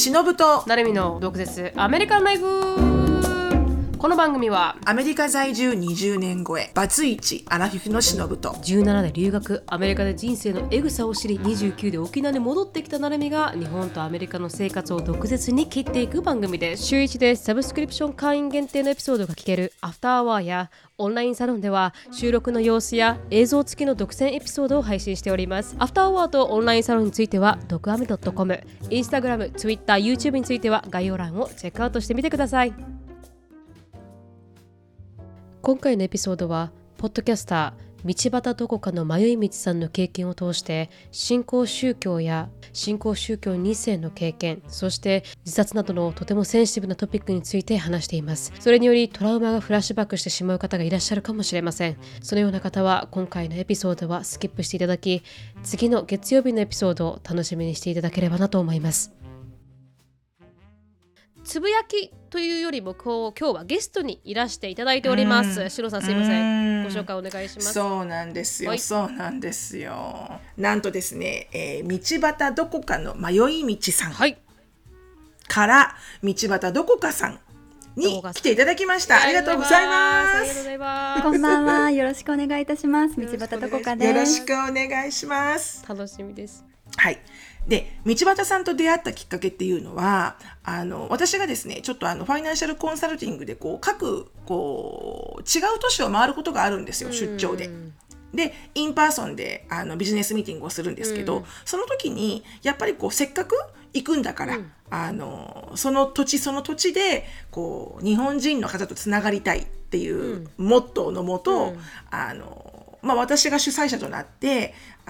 しのぶとなるみの毒舌アメリカンライフ。この番組はアメリカ在住20年超えバツイチアラフィフのしのぶと 17で留学、アメリカで人生のエグさを知り29で沖縄に戻ってきたなるみが日本とアメリカの生活を毒舌に切っていく番組です。週1でサブスクリプション会員限定のエピソードが聞けるアフターアワーやオンラインサロンでは収録の様子や映像付きの独占エピソードを配信しております。アフターアワーとオンラインサロンについてはドクアメ .com、 インスタグラム、ツイッター、YouTube については概要欄をチェックアウトしてみてください。今回のエピソードはポッドキャスター道端どこかの迷い道さんの経験を通して新興宗教や新興宗教2世の経験、そして自殺などのとてもセンシティブなトピックについて話しています。それによりトラウマがフラッシュバックしてしまう方がいらっしゃるかもしれません。そのような方は今回のエピソードはスキップしていただき、次の月曜日のエピソードを楽しみにしていただければなと思います。つぶやきというよりも今日はゲストにいらしていただいております。しろさん、すいません、ご紹介お願いします。 そうなんですよ、 はい、 そうなんですよ。なんとですね、道端どこかの迷い道さんから道端どこかさんに来ていただきました。ありがとうございます。 こんばんは、よろしくお願いいたします。道端どこかです。 よろしくお願いします。 楽しみです。 はい。で、道端さんと出会ったきっかけっていうのは、私がですね、ちょっとファイナンシャルコンサルティングで各違う都市を回ることがあるんですよ、出張で。で、インパーソンでビジネスミーティングをするんですけど、その時にやっぱりせっかく行くんだから、その土地で日本人の方とつながりたいっていうモットーのもと、私が主催者となって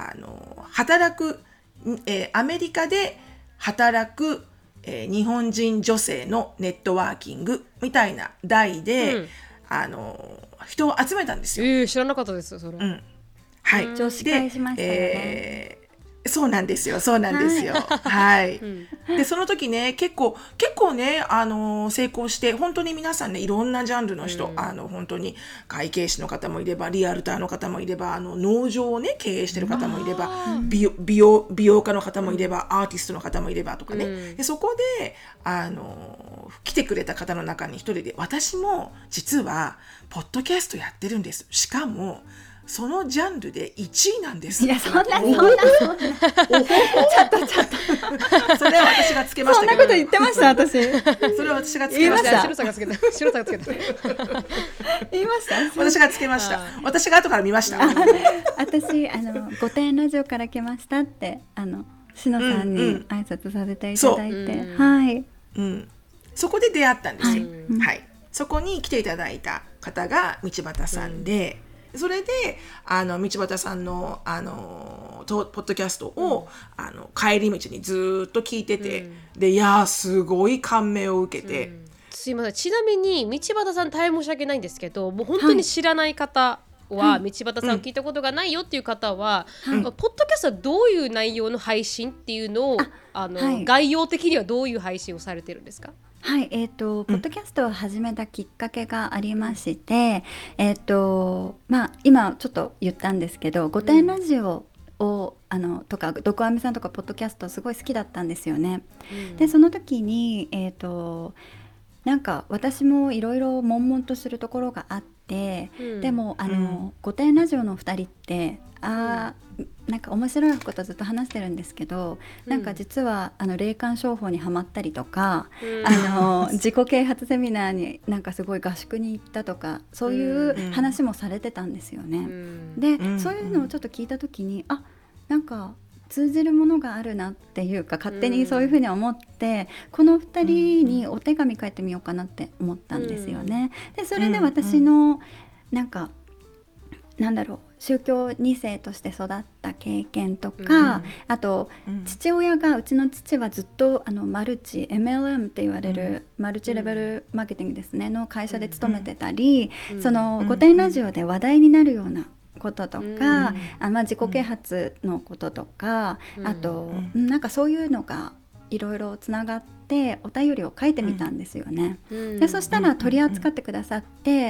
アメリカで働く、日本人女性のネットワーキングみたいな題で、人を集めたんですよ。 知らなかったですそれ。 はい。 女子会しましたよね。 そうなんですよ。はい。で、その時ね、結構ね、成功して、本当に皆さんね、いろんなジャンルの人、本当に会計士の方もいれば、リアルターの方もいれば、農場をね、経営してる方もいれば、美容家の方もいれば、アーティストの方もいればとかね。で、そこで、来てくれた方の中に一人で、私も実は、ポッドキャストやってるんです。しかも、そのジャンルで1位なんです。 いや、そんなちょっとそれは私がつけましたけど。 そんなこと言ってました。私それは私がつけました。 白さんがつけた言いました。 私がつけました。私が後から見ました。 私御殿ラジオから来ましたってしのさんに挨拶させていただいて、はい、 そこで出会ったんですよ。はい、そこに来ていただいた方が道端さんで、それで道端さんのポッドキャストを帰り道にずっと聞いてて、で、いやすごい感銘を受けて、 すいません、ちなみに道端さん大変申し訳ないんですけど、もう本当に知らない方は、道端さんを聞いたことがないよっていう方は、ポッドキャストはどういう内容の配信っていうのを概要的にはどういう配信をされてるんですか？ はい、ポッドキャストを始めたきっかけがありまして、今ちょっと言ったんですけど、御殿ラジオをとかドクアメさんとかポッドキャストすごい好きだったんですよね。で、その時になんか私もいろいろ悶々とするところがあって、でも御殿ラジオの2人ってなんか面白いことずっと話してるんですけど、なんか実は霊感商法にはまったりとか、自己啓発セミナーになんかすごい合宿に行ったとか、そういう話もされてたんですよね。で、そういうのをちょっと聞いた時に、なんか通じるものがあるなっていうか、勝手にそういうふうに思って、この2人にお手紙書いてみようかなって思ったんですよね。で、それで私のなんか宗教2世として育った経験とか、あと、父親が、うちの父はずっとマルチ MLM って言われる、マルチレベルマーケティングですねの会社で勤めてたり、その御殿ラジオで話題になるようなこととか、自己啓発のこととか、あと、なんかそういうのがいろいろつながっってお便りを書いてみたんですよね。でそしたら取り扱ってくださって、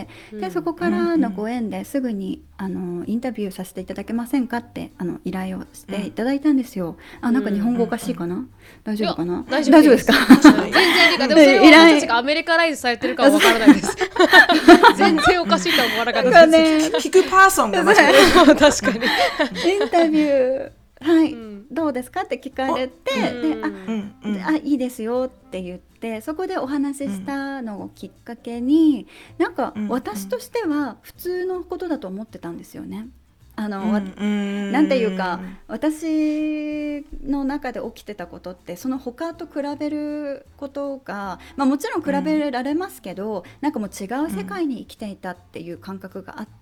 でそこからのご縁ですぐにインタビューさせていただけませんかって依頼をしていただいたんですよ。なんか日本語おかしいかな、大丈夫かな、大丈夫ですか全然理解。でもそれは私たちがアメリカライズされてるかはわからないです全然おかしいとは思わなかったです、 聞くパーソンが間違え確かにインタビューはい、どうですかって聞かれて、でいいですよって言って、そこでお話ししたのをきっかけに、なんか私としては普通のことだと思ってたんですよね。なんていうか、私の中で起きてたことってその他と比べることが、もちろん比べられますけど、なんかもう違う世界に生きていたっていう感覚があって、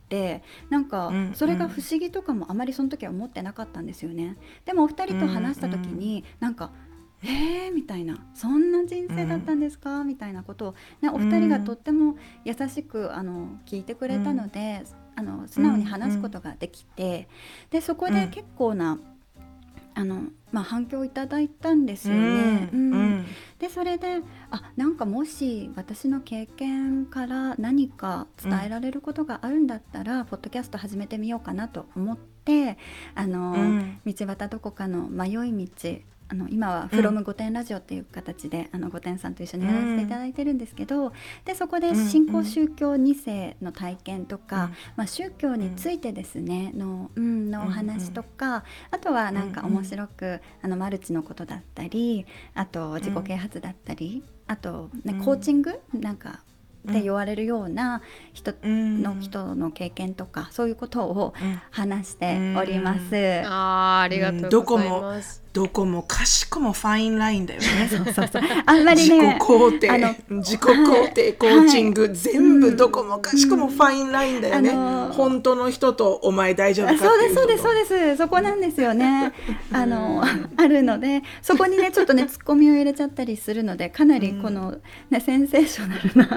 なんかそれが不思議とかもあまりその時は思ってなかったんですよね。でもお二人と話した時になんかみたいな、そんな人生だったんですか、みたいなことを、お二人がとっても優しく聞いてくれたので、素直に話すことができて、でそこで結構な反響をいただいたんですよね。でそれでなんかもし私の経験から何か伝えられることがあるんだったら、ポッドキャスト始めてみようかなと思って、道端どこかの迷い道、今は from 御殿ラジオっていう形で御殿さんと一緒にやらせていただいてるんですけど、でそこで新興宗教2世の体験とか、宗教についてですねのお話とか、あとはなんか面白くマルチのことだったり、あと自己啓発だったり、あと、コーチングなんかって言われるような人の経験とか、そういうことを話しております。 ありがとうございます。 どこもかしこもファインラインだよね。 あんまりね、 自己肯定、コーチング、全部どこもかしこもファインラインだよね。本当の人とお前大丈夫かっていうそうですそこなんですよね。あるので、そこにねちょっとねツッコミを入れちゃったりするので、かなりこの、センセーショナルな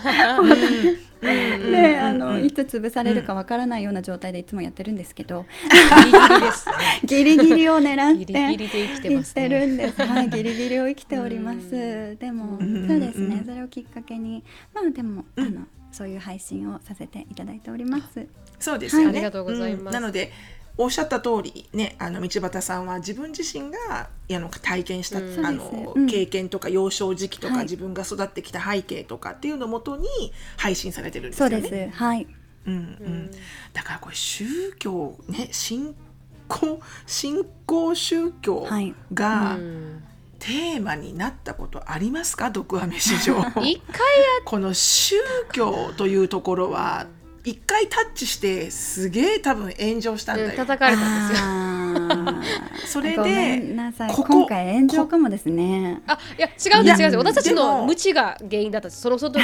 でいつ潰されるかわからないような状態でいつもやってるんですけど、ギリギリを狙って生きてるんです。ギリギリを生きております。でもそうですね、それをきっかけにでもそういう配信をさせていただいております。 そうですよね、 ありがとうございます。 なのでおっしゃった通りね、道端さんは自分自身が体験した、経験とか幼少時期とか、自分が育ってきた背景とかっていうのをもとに配信されてるんですよね。 そうです。はい。 だからこれ宗教ね、信仰宗教が、テーマになったことありますか、毒アメ史上。 一回この宗教というところは一回タッチしてすげえ多分炎上したんだよ、 叩かれたんですよ。 それでごめんなさい、今回炎上かもですね。 いや違うんです。私たちの無知が原因だったんです。その時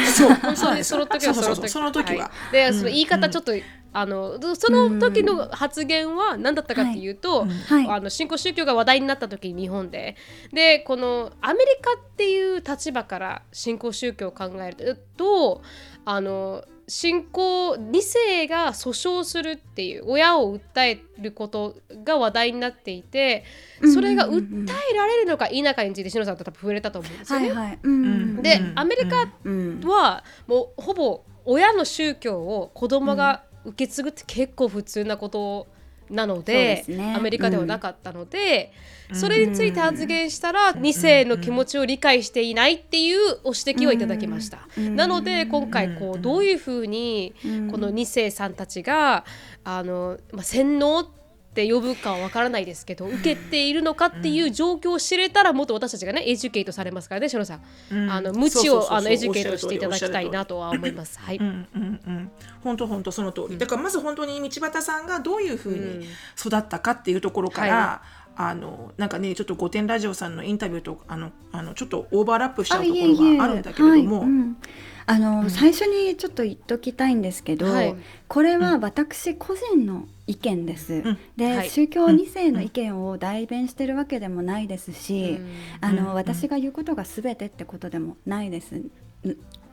はで、その言い方ちょっとその時の発言は何だったかっていうと、新興宗教が話題になった時に日本でこのアメリカっていう立場から新興宗教を考えると、信仰2世が訴訟するっていう、親を訴えることが話題になっていて、それが訴えられるのか否かについて篠さんと多分触れたと思うんですよね。でアメリカはもうほぼ親の宗教を子供が受け継ぐって結構普通なことなので、アメリカではなかったので、それについて発言したら2世の気持ちを理解していないっていうご指摘をいただきました。なので今回どういうふうにこの2世さんたちが洗脳って呼ぶかは分からないですけど、受けているのかっていう状況を知れたら、もっと私たちがねエデュケートされますからね、篠さん、無知をエデュケートしていただきたいなとは思います。はい、 本当その通り。だからまず本当に道端さんがどういうふうに育ったかっていうところから、なんかねちょっと御殿ラジオさんのインタビューとちょっとオーバーラップしちゃうところがあるんだけれども、 最初にちょっと言っときたいんですけど、これは私個人の意見です。で、宗教2世の意見を代弁してるわけでもないですし、私が言うことが全てってことでもないです。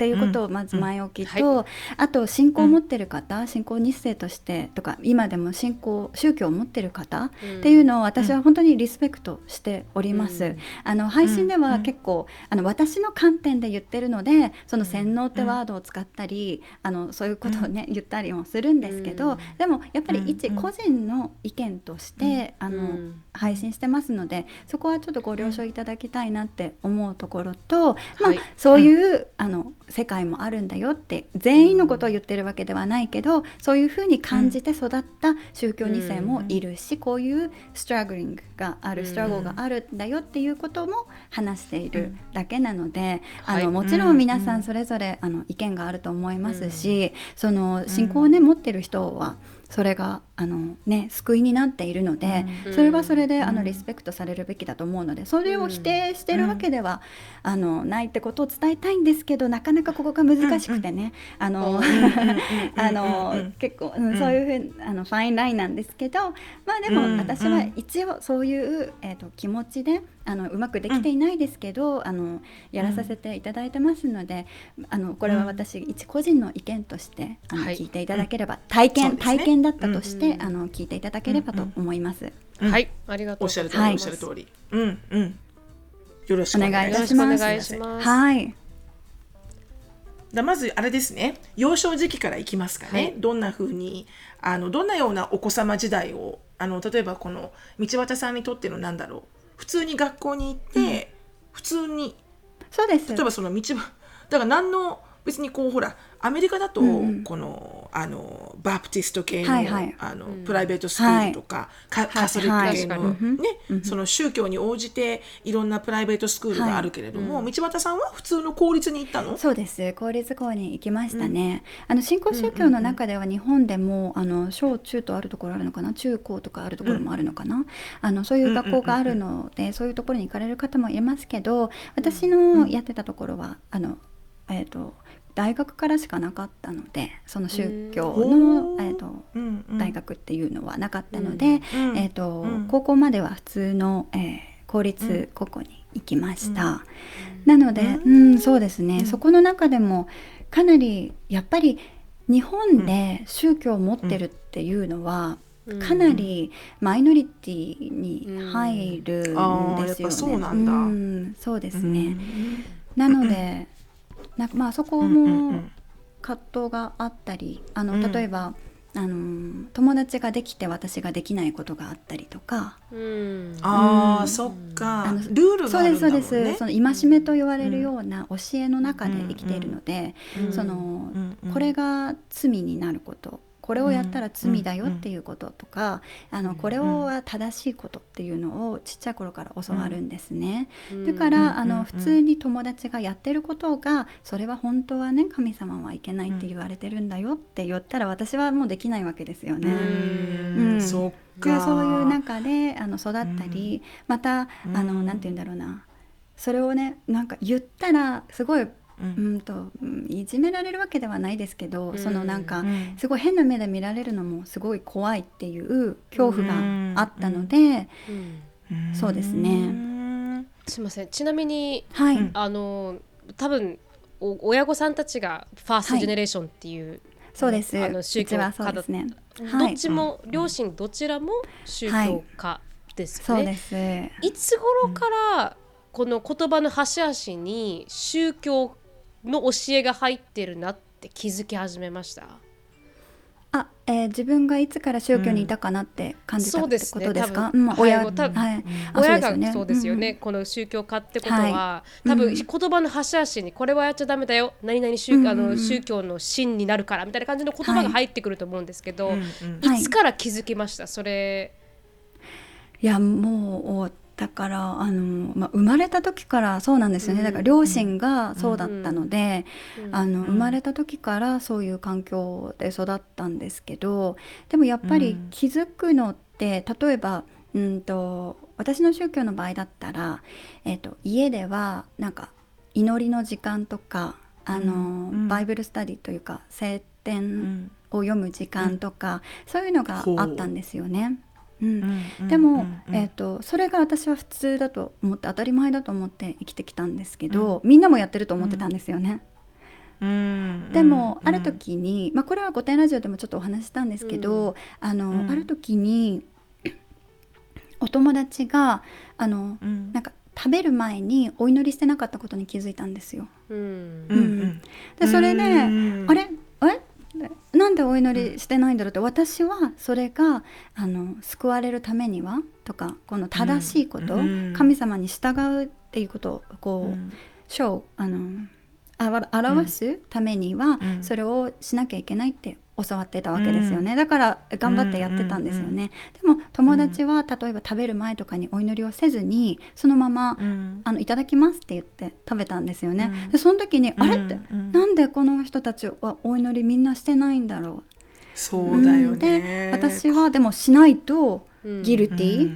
っていうことをまず前置きと、 うんはい、 あと信仰を持ってる方、信仰2世としてとか今でも宗教を持ってる方っていうのを私は本当にリスペクトしております、配信では結構私の観点で言ってるのでその洗脳ってワードを使ったりそういうことをね言ったりもするんですけど、でもやっぱり一個人の意見として配信してますので、そこはちょっとご了承いただきたいなって思うところと、そういう世界もあるんだよって全員のことを言ってるわけではないけど、そういうふうに感じて育った宗教2世もいるし、こういうストラグリングがある、ストラゴルがあるんだよっていうことも話しているだけなので、もちろん皆さんそれぞれ意見があると思いますし、その信仰をね持ってる人はそれが救いになっているので、それはそれでリスペクトされるべきだと思うので、それを否定してるわけではないってことを伝えたいんですけど、なかなかここが難しくてね、結構、そういうふうファインラインなんですけど、でも私は一応そういう、気持ちでうまくできていないですけど、やらさせていただいてますので、これは私一個人の意見として聞いていただければ、体験だったとして、聞いていただければと思います。 はい、ありがとうございます。 おっしゃる通り、よろしくお願いいたします。 はい。まずあれですね、幼少時期からいきますかね。どんな風にどんなようなお子様時代を例えばこの道端さんにとっての普通に学校に行って、普通にそうです。 例えばそのだから何の別にこうほらアメリカだとこのバプティスト系のプライベートスクールとかカソリック系のね、その宗教に応じていろんなプライベートスクールがあるけれども、道端さんは普通の公立に行ったの？ そうです。公立校に行きましたね。新興宗教の中では日本でも小中とあるところあるのかな、中高とかあるところもあるのかな、そういう学校があるので、そういうところに行かれる方もいますけど、私のやってたところは大学からしかなかったので、その宗教の、大学っていうのはなかったので、高校までは普通の、公立高校に行きました。なので、そうですね、そこの中でもかなりやっぱり日本で宗教を持ってるっていうのは、かなりマイノリティに入るんですよね。 そうなんだ。 そうですね。なのでそこも葛藤があったり、例えば友達ができて私ができないことがあったりとか、 そっか、ルールがあるんだもんね。 そうです。その戒めと言われるような教えの中で生きているので、これが罪になること、これをやったら罪だよっていうこととか、これは正しいことっていうのをちっちゃい頃から教わるんですね。だから普通に友達がやってることが、それは本当はね、神様はいけないって言われてるんだよって言ったら、私はもうできないわけですよね。 そっか。 そういう中で育ったり、またなんて言うんだろうな、それをね言ったらすごいいじめられるわけではないですけど、そのすごい変な目で見られるのもすごい怖いっていう恐怖があったので、そうですね。 すいません、ちなみに、多分親御さんたちがファーストジェネレーションっていう、 そうです。 宗教家だ、どっちも、両親どちらも宗教家ですよね。 そうです。 いつ頃からこの言葉の端々に宗教の教えが入ってるなって気づき始めました？ 自分がいつから宗教にいたかなって感じたってことですか？ 親がそうですよね。この宗教家ってことは、多分言葉の端々にこれはやっちゃダメだよ、何々宗教の真になるからみたいな感じの言葉が入ってくると思うんですけど、いつから気づきました？それ。 いや、もうだから生まれた時からそうなんですよね。だから両親がそうだったので、生まれた時からそういう環境で育ったんですけど、でもやっぱり気づくのって、例えば私の宗教の場合だったら、家では祈りの時間とかバイブルスタディというか聖典を読む時間とか、そういうのがあったんですよね。でも、それが私は普通だと思って、当たり前だと思って生きてきたんですけど、みんなもやってると思ってたんですよね。 でもある時に、これは御殿ラジオでもちょっとお話ししたんですけど、ある時にお友達がなんか食べる前にお祈りしてなかったことに気づいたんですよ。でそれであれなんでお祈りしてないんだろうって、私はそれが救われるためにはとか、この正しいこと、神様に従うっていうことをこう表すためにはそれをしなきゃいけないって教わってたわけですよね。だから頑張ってやってたんですよね。でも友達は例えば食べる前とかにお祈りをせずにそのままいただきますって言って食べたんですよね。でその時にあれってなんでこの人たちはお祈りみんなしてないんだろう。 そうだよね。 で私はでもしないとギルテ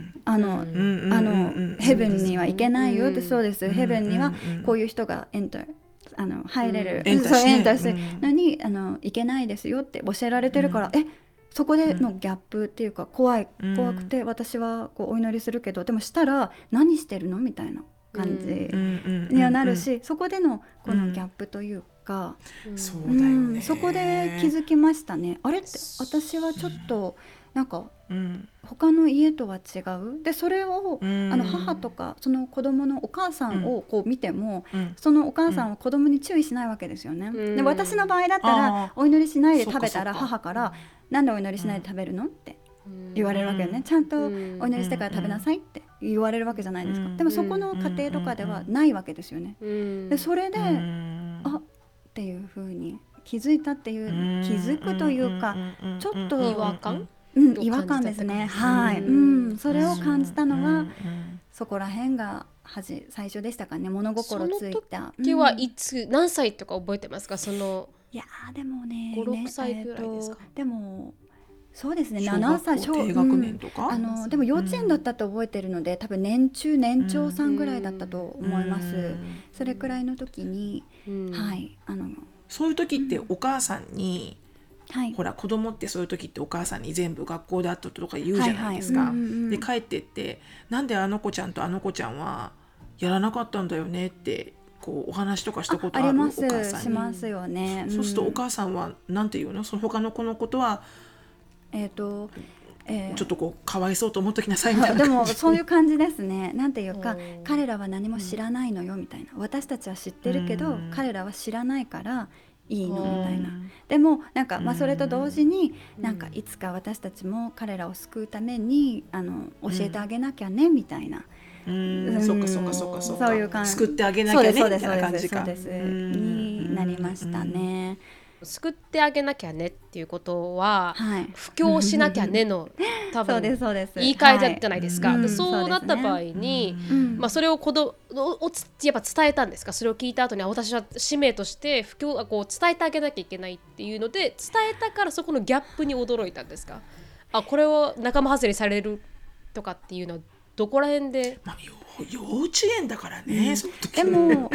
ィヘブンには行けないよって。そうです、ヘブンにはこういう人が入れる、エンターするのに行けないですよって教えられてるから、そこでのギャップっていうか怖くて、私はこうお祈りするけどでもしたら何してるのみたいな感じにはなるし、そこでのこのギャップというか、 そうだよね。 そこで気づきましたね。あれって私はちょっとなんか他の家とは違う。でそれを母とかその子供のお母さんをこう見ても、そのお母さんは子供に注意しないわけですよね。で私の場合だったらお祈りしないで食べたら母からなんでお祈りしないで食べるのって言われるわけよね。ちゃんとお祈りしてから食べなさいって言われるわけじゃないですか。でもそこの家庭とかではないわけですよね。でそれでっていう風に気づいたっていう、気づくというかちょっと違和感ですね。はい、それを感じたのはそこら辺が最初でしたかね。物心ついた。 その時はいつ、何歳とか覚えてますか？ いやでもね 5、6歳ぐらいですか？ でもそうですね、 7歳低学年とか、 でも幼稚園だったと覚えてるので、多分年長さんぐらいだったと思います。それくらいの時に、はいそういう時ってお母さんにほら子供ってそういう時ってお母さんに全部学校であったとか言うじゃないですか。で帰ってってなんであの子ちゃんとあの子ちゃんはやらなかったんだよねってこうお話とかしたことある？ あります、 お母さんにしますよね。 そうするとお母さんはなんて言うの？その他の子のことはちょっとこうかわいそうと思っときなさいみたいなでもそういう感じですね。なんていうか彼らは何も知らないのよみたいな、私たちは知ってるけど彼らは知らないからいいのみたいな。でもなんか、それと同時になんかいつか私たちも彼らを救うために教えてあげなきゃねみたいな、 そうかそういう感じ、救ってあげなきゃねみたいな感じかになりましたね。 救ってあげなきゃねっていうことは、布教しなきゃねの多分言い換えじゃないですか。そうなった場合に、それをやっぱ伝えたんですか？それを聞いた後に私は使命として布教こう伝えてあげなきゃいけないっていうので伝えたから、そこのギャップに驚いたんですか？これを仲間外れされるとかっていうのはどこら辺で、 幼稚園だからね、その時でも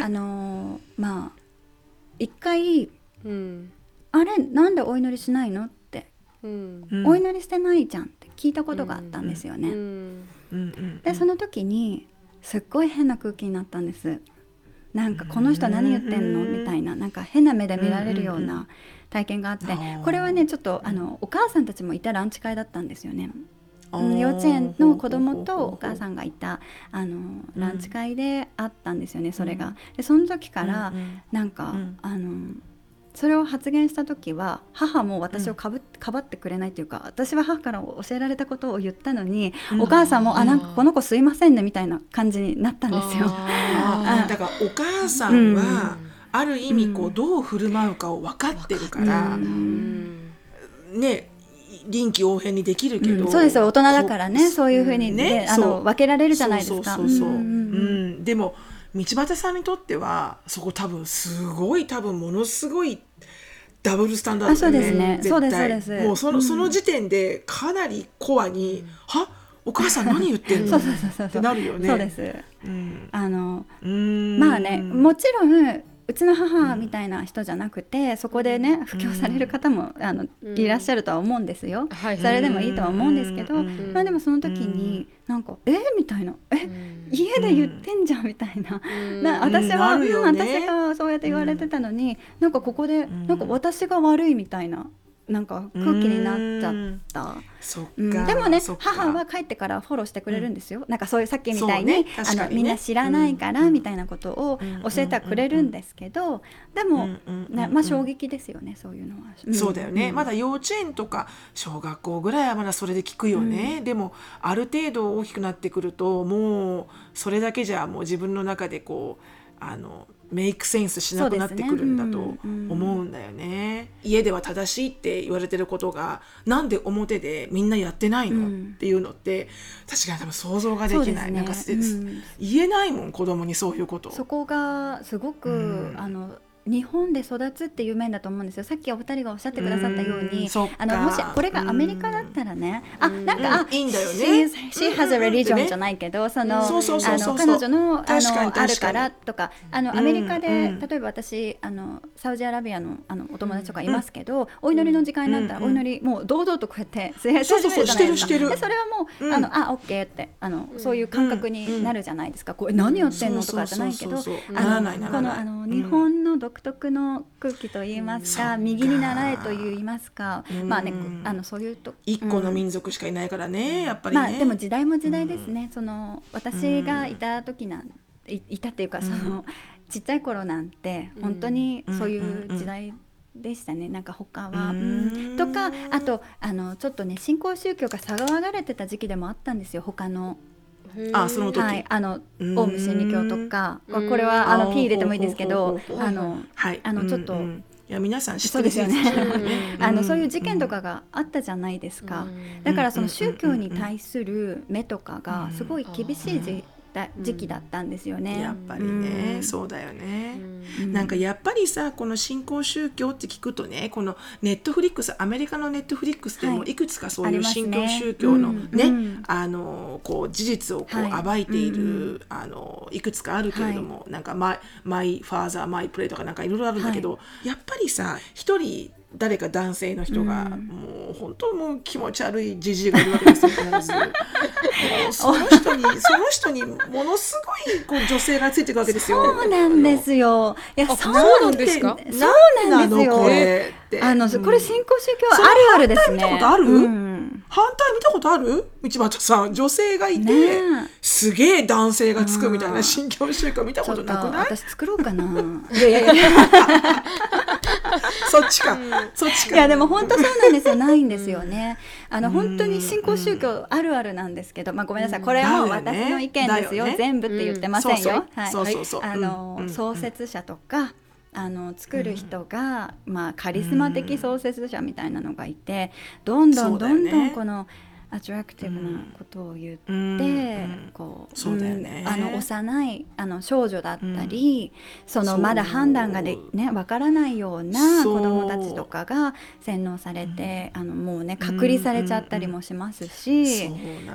一回あれなんでお祈りしないのって、お祈りしてないじゃんって聞いたことがあったんですよね。でその時にすっごい変な空気になったんです。なんかこの人何言ってんのみたいな、なんか変な目で見られるような体験があって、これはねちょっとお母さんたちもいたランチ会だったんですよね。幼稚園の子供とお母さんがいたランチ会であったんですよね、それが。でその時からなんかそれを発言した時は母も私をかばってくれないというか、私は母から教えられたことを言ったのに、お母さんもなんかこの子すいませんねみたいな感じになったんですよ。 だからお母さんはある意味こうどう振る舞うかを分かってるから、ね臨機応変にできるけど、 そうですよ、大人だからね、そういうふうにね分けられるじゃないですか。 でも道端さんにとってはそこ多分ものすごいダブルスタンダードだよね。そうですね、 そうですもうその時点でかなりコアに、お母さん何言ってんのってなるよね。 そうです。まあね、もちろんううちの母みたいな人じゃなくて、そこでね布教される方もいらっしゃるとは思うんですよ、それでもいいとは思うんですけど、まあでもその時になんかみたいな家で言ってんじゃんみたいな、私は、私がそうやって言われてたのに、なんかここでなんか私が悪いみたいななんか空気になっちゃった。でもね母は帰ってからフォローしてくれるんですよ、なんかそういうさっきみたいに、みんな知らないからみたいなことを教えてくれるんですけど、でも、まあ衝撃ですよね、そういうのは、 そうだよね、まだ幼稚園とか小学校ぐらいはまだそれで聞くよね、でもある程度大きくなってくるともうそれだけじゃもう自分の中でこうメイクセンスしなくなってくるんだと思うんだよね。家では正しいって言われてることがなんで表でみんなやってないの、っていうのって確かに多分想像ができない、なんか言えないもん子供にそういうこと。 そこがすごく、日本で育つっていう面だと思うんですよ。さっきお二人がおっしゃってくださったように、もしこれがアメリカだったらね、なんかいいんだよね。 She has a religion じゃないけど、その彼女のあるからとか、アメリカで例えば私サウジアラビアのお友達とかいますけど、お祈りの時間になったらお祈りもう堂々とこうやってし始めるじゃないですか。でそれはもうオッケーってそういう感覚になるじゃないですか。こう何やってんのとかじゃないけど、この日本の独特の空気といいますか、右に習えと言いますか、まあねそういうと一個の民族しかいないからね、やっぱりね。 まあでも時代も時代ですね。その私がいた時いたっていうか、そのちっちゃい頃なんて本当にそういう時代でしたね。なんか他はとか、あとちょっとね新興宗教が騒がれてた時期でもあったんですよ、他の。 その時、 オウム真理教とか、これはP入れてもいいですけど、ちょっといや皆さん知ってるそうですよねそういう事件とかがあったじゃないですか。だからその宗教に対する目とかがすごい厳しい時期だったんですよね。 やっぱりね、そうだよね、なんかやっぱりさ、この新興宗教って聞くとね、このネットフリックス、アメリカのネットフリックスでもいくつかそういう新興宗教のね、こう事実をこう暴いている、いくつかあるけれども、なんかマイファーザーマイプレイとかなんかいろいろあるんだけど、やっぱりさ一人誰か男性の人が、もう本当もう気持ち悪いじじいがいるわけですよ。その人にものすごいこう女性がついていくわけですよ。 そうなんですよ。いや、そうなんですか。 そうなんですよ。 これってこれ新興宗教あるあるですね。 反対見たことある？反対見たことある？道端さん、女性がいて、すげえ男性がつくみたいな新興宗教見たことなくない？ 私作ろうかな。 いやそっちか。 いやでも本当そうなんですよ。ないんですよね。本当に新興宗教あるあるなんですけど、ごめんなさい、これはもう私の意見ですよ。全部って言ってませんよ。創設者とか作る人が、カリスマ的創設者みたいなのがいて、どんどんこのアトラクティブなことを言って、こう幼い少女だったり、そのまだ判断がわからないような子どもたちとかが洗脳されて、もうね隔離されちゃったりもしますし、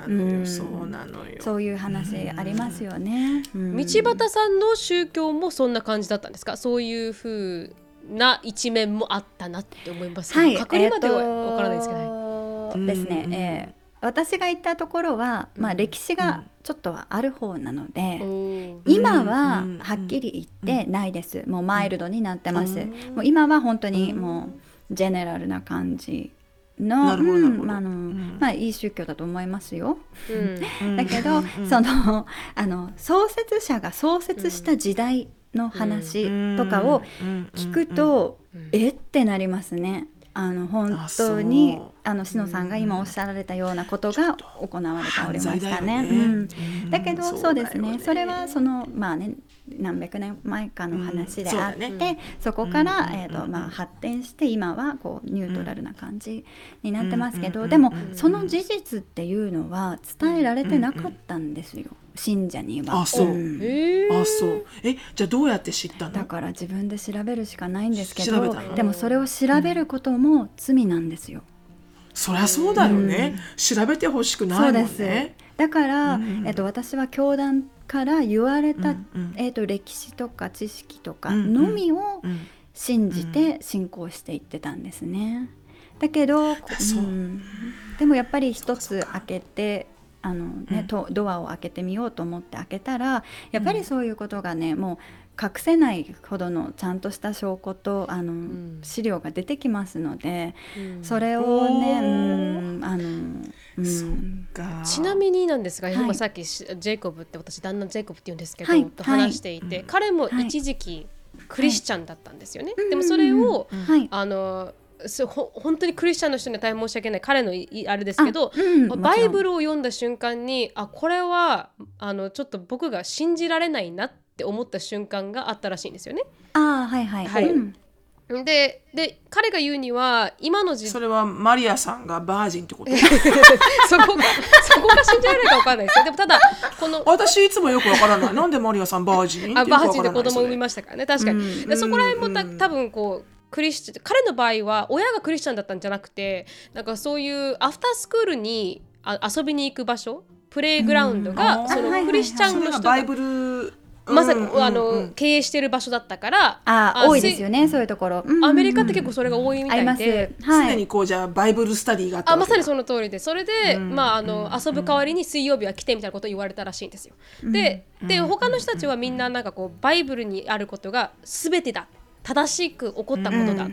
そういう話ありますよね。 道端さんの宗教もそんな感じだったんですか？そういう風な一面もあったなって思いますけど、隔離まではわからないですけどですね。私が行ったところは、歴史がちょっとはある方なので、今ははっきり言ってないです。もうマイルドになってます。もう今は本当にもうジェネラルな感じの、いい宗教だと思いますよ。だけど創設者が創設した時代の話とかを聞くと、ってなりますね。本当に篠さんが今おっしゃられたようなことが行われておりましたね。だけどそうですね、それは何百年前かの話であって、そこから発展して今はこうニュートラルな感じになってますけど、でもその事実っていうのは伝えられてなかったんですよ、信者には。 そう。じゃあどうやって知ったの？ だから自分で調べるしかないんですけど、でもそれを調べることも罪なんですよ。 そりゃそうだよね。調べてほしくないもんね。 だから、 うん私は教団から言われた、歴史とか知識とかのみを信じて信仰していってたんですね。だけど、でもやっぱり一つ開けてドアを開けてみようと思って開けたら、やっぱりそういうことがね、もう隠せないほどのちゃんとした証拠と資料が出てきますので、それをね、 ちなみになんですが、今さっきジェイコブって、私旦那ジェイコブって言うんですけど、と話していて、彼も一時期クリスチャンだったんですよね。でもそれを本当にクリスチャンの人には大変申し訳ない、彼のあれですけど、バイブルを読んだ瞬間に、これはちょっと僕が信じられないなって思った瞬間があったらしいんですよね。で彼が言うには、今のそれはマリアさんがバージンってことそこが信じられないか分からないですよ。でもただ私いつもよく分からない、なんでマリアさんバージンってよく分からない。 バージンで子供産みましたからね、確かに。でそこら辺も多分こう彼の場合は親がクリスチャンだったんじゃなくて、なんかそういうアフタースクールに遊びに行く場所、プレイグラウンドがそのクリスチャンの人がバイブルまさに経営してる場所だったから、 多いですよね、そういうところ。 アメリカって結構それが多いみたいで、 常にこうじゃあバイブルスタディがあったわけだ。 まさにその通りで、それで遊ぶ代わりに水曜日は来てみたいなことを言われたらしいんですよ。で他の人たちはみんななんかこうバイブルにあることが全てだ、正しく起こったことだって、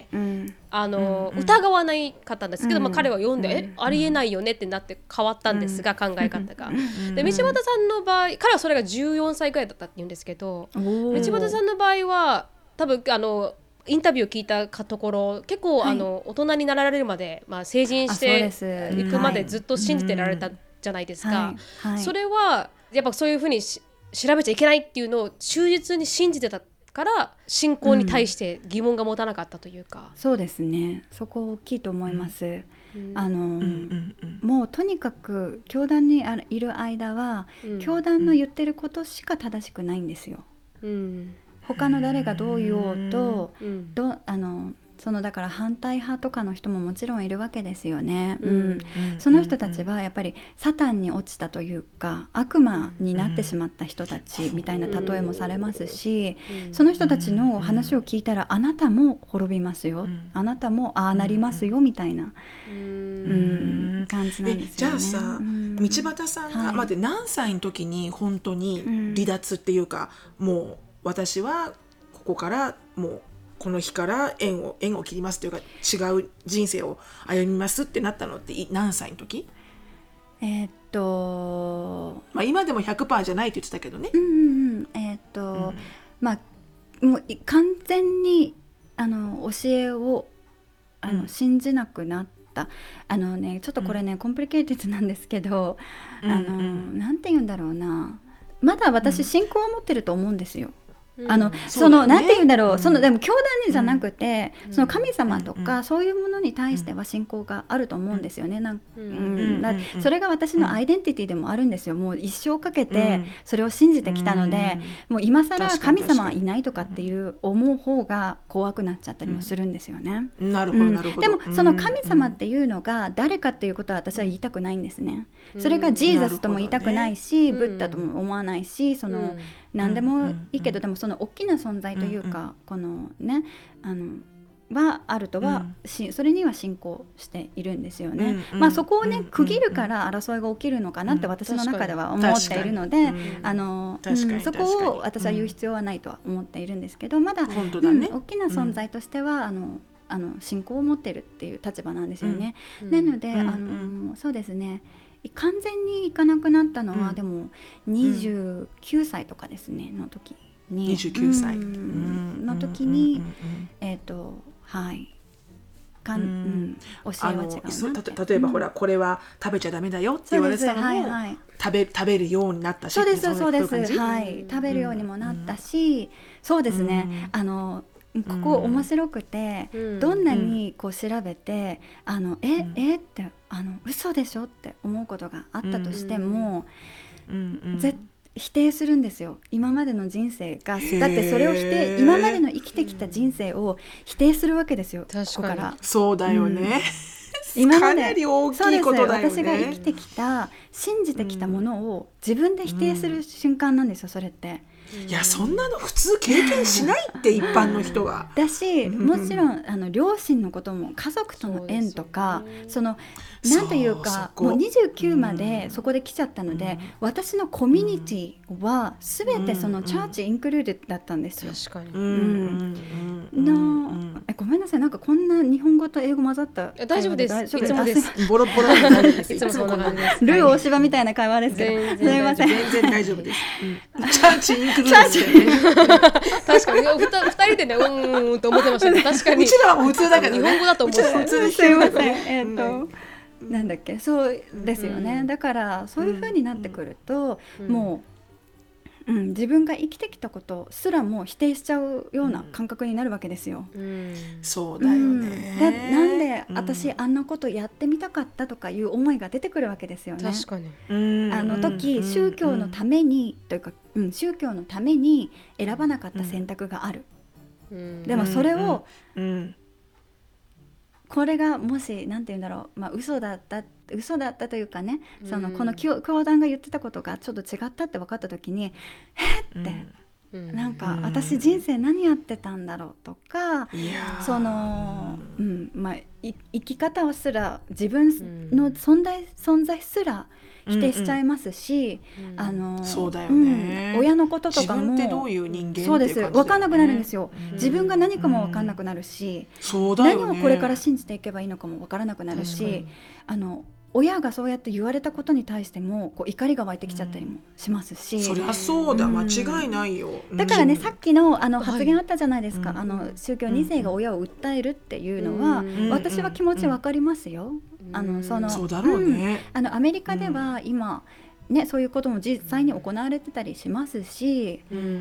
疑わないかったんですけど、彼は読んで、ありえないよねってなって変わったんですが、考え方が。で道端さんの場合、彼はそれが14歳くらいだったって言うんですけど、道端さんの場合は多分インタビューを聞いたところ、結構、大人になられるまで、成人していくまでずっと信じてられたじゃないですか。それはやっぱそういうふうに調べちゃいけないっていうのを忠実に信じてたから信仰に対して疑問が持たなかったというか、 そうですね、そこ大きいと思います。もうとにかく教団にいる間は、教団の言ってることしか正しくないんですよ。他の誰がどう言おうと、だから反対派とかの人ももちろんいるわけですよね。その人たちはやっぱりサタンに落ちたというか、悪魔になってしまった人たちみたいな例えもされますし、その人たちの話を聞いたら、あなたも滅びますよ、あなたもああなりますよみたいな感じなんですよね。 じゃあさ、道端さんが、何歳の時に本当に離脱っていうか、もう私はここからもうこの日から縁を切りますというか、違う人生を歩みますってなったのって何歳の時？今でも 100% じゃないって言ってたけどね。 もう完全に教えを信じなくなったちょっとこれね、コンプリケーティブなんですけど、なんて言うんだろうな、まだ私信仰を持ってると思うんですよ。なんて言うんだろう、でも教団にじゃなくて、その神様とか、そういうものに対しては信仰があると思うんですよね。それが私のアイデンティティでもあるんですよ。もう一生かけてそれを信じてきたので、もう今更神様はいないとかっていう思う方が怖くなっちゃったりもするんですよね。 なるほどなるほど。 でもその神様っていうのが誰かっていうことは私は言いたくないんですね。それがジーザスとも言いたくないし、ブッダとも思わないし、何でもいいけど、でもその大きな存在というか、このねはあるとは、それには信仰しているんですよね。そこをね区切るから争いが起きるのかなって私の中では思っているので、そこを私は言う必要はないとは思っているんですけど、まだ、大きな存在としては信仰を持ってるっていう立場なんですよね。なのでそうですね、完全にいかなくなったのは、でも29歳とかですねの時に、 29歳の時に教えは違うなって。 例えばほら、これは食べちゃダメだよって言われてたのも、食べるようになったし、 そうです食べるようにもなったし、そうですね、ここ面白くて、どんなにこう調べてって嘘でしょって思うことがあったとしても、否定するんですよ。今までの人生が、だってそれを今までの生きてきた人生を否定するわけですよ。ここからそうだよね、 今までかなり大きいことだよね。 そうです。私が生きてきた信じてきたものを自分で否定する瞬間なんですよ、それって。 いやそんなの普通経験しないって一般の人がだし、もちろん両親のことも家族との縁とか、そのなんというかもう29までそこで来ちゃったので、私のコミュニティは全てそのチャーチインクルーデだったんですよ。 確かに。 ごめんなさい、なんかこんな日本語と英語混ざった大丈夫です。いつもです。 ボロボロで大丈夫です。 いつもそんな感じです。 ルー大柴みたいな会話ですけど、すみません。 全然大丈夫です。チャーチインクルーデですよね。 確かに二人でね、と思ってましたね。確かに。 うちらは普通だから日本語だと思ってた。 普通ですすいません。なんだっけ、そうですよね。だからそういう風になってくると、もう、自分が生きてきたことすらも否定しちゃうような感覚になるわけですよ。 そうだよね。 なんで私あんなことやってみたかったとかいう思いが出てくるわけですよね。 確かに。 あの時宗教のためにというか、宗教のために選ばなかった選択がある。でもそれを、これがもしなんて言うんだろう、嘘だったというかね、この教団が言ってたことがちょっと違ったって分かった時にって、なんか私人生何やってたんだろうとか、生き方をすら自分の存在すら否定しちゃいますし、 そうだよね。 親のこととかも自分ってどういう人間っていうそうです、 感じだよね。 分かんなくなるんですよ。自分が何かも分かんなくなるし、何をこれから信じていけばいいのかも分からなくなるし、親がそうやって言われたことに対してもこう怒りが湧いてきちゃったりもしますし、 そりゃそうだ、間違いないよ。 だからね、さっきの発言あったじゃないですか、宗教2世が親を訴えるっていうのは、私は気持ち分かりますよ。 そうだろうね。 アメリカでは今そういうことも実際に行われてたりしますし、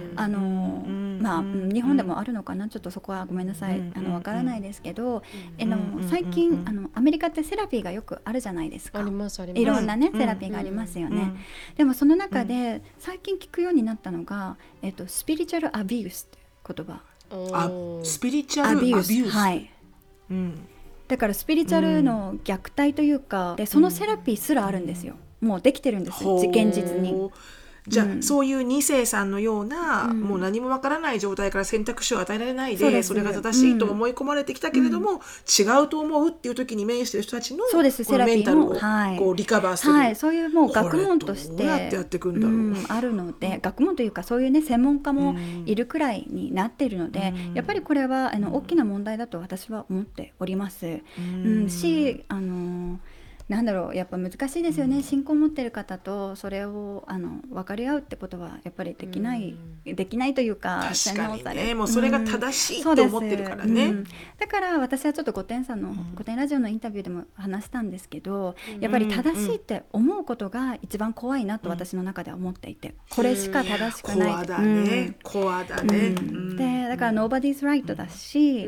日本でもあるのかな、ちょっとそこはごめんなさい、わからないですけど、最近アメリカってセラピーがよくあるじゃないですか。 ありますあります。 いろんなね、セラピーがありますよね。でもその中で最近聞くようになったのが、スピリチュアルアビュースって言葉。 スピリチュアルアビュース。 はい。だからスピリチュアルの虐待というか、でそのセラピーすらあるんですよ。もうできてるんです、現実に。 じゃあ、そういう2世さんのような、もう何もわからない状態から選択肢を与えられないで、それが正しいと思い込まれてきたけれども、違うと思うっていう時に面してる人たちのこのメンタルをこうリカバーする、 そういうもう学問としてどうやってやっていくんだろう、 あるので、学問というかそういうね専門家もいるくらいになっているので、やっぱりこれは大きな問題だと私は思っております。しなんだろう、やっぱ難しいですよね。信仰を持ってる方とそれを分かり合うってことはやっぱりできないというか、 確かにね、もうそれが正しいと思ってるからね。 だから私はちょっと御殿さんの御殿ラジオのインタビューでも話したんですけど、やっぱり正しいって思うことが一番怖いなと私の中では思っていて、これしか正しくない。 怖だね、怖だね。 でだから nobody's right だし、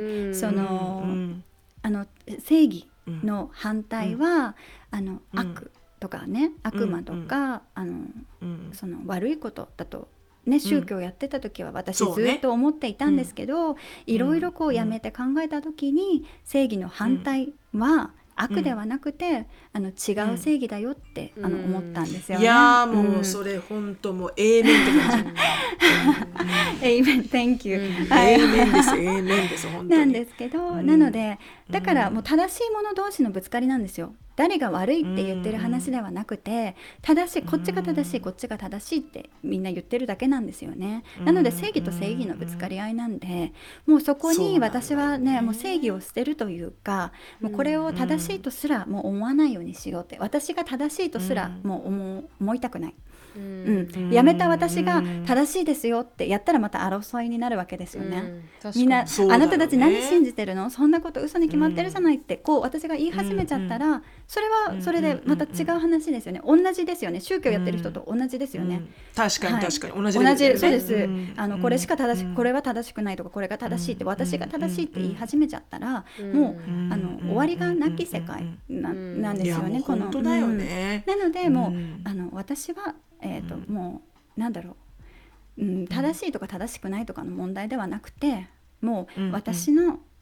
正義の反対は悪とかね、悪魔とかその悪いことだとね、宗教やってた時は私ずっと思っていたんですけど、いろいろこうやめて考えた時に正義の反対は悪ではなくて、違う正義だよって思ったんですよね。 いやもうそれ本当もうエーメンって感じ。エーメン、Thank you。 エーメンです、エーメンです本当に。 なんですけど、なのでだからもう正しいもの同士のぶつかりなんですよ。誰が悪いって言ってる話ではなくて、正しい、こっちが正しい、こっちが正しいってみんな言ってるだけなんですよね。なので正義と正義のぶつかり合いなんで、もうそこに私はね、もう正義を捨てるというか、もうこれを正しいとすらもう思わないようにしようって、私が正しいとすらもう思いたくない。やめた私が正しいですよってやったらまた争いになるわけですよね。みんな、あなたたち何信じてるの、そんなこと嘘に決まってるじゃないってこう私が言い始めちゃったら、それはそれでまた違う話ですよね。同じですよね。宗教やってる人と同じですよね。 確かに確かに同じそうです。これしか正しく、これは正しくないとか、これが正しいって私が正しいって言い始めちゃったら、もう終わりがなき世界なんですよね。 本当だよね。 なのでもう私はもうなんだろう、正しいとか正しくないとかの問題ではなくて、もう私の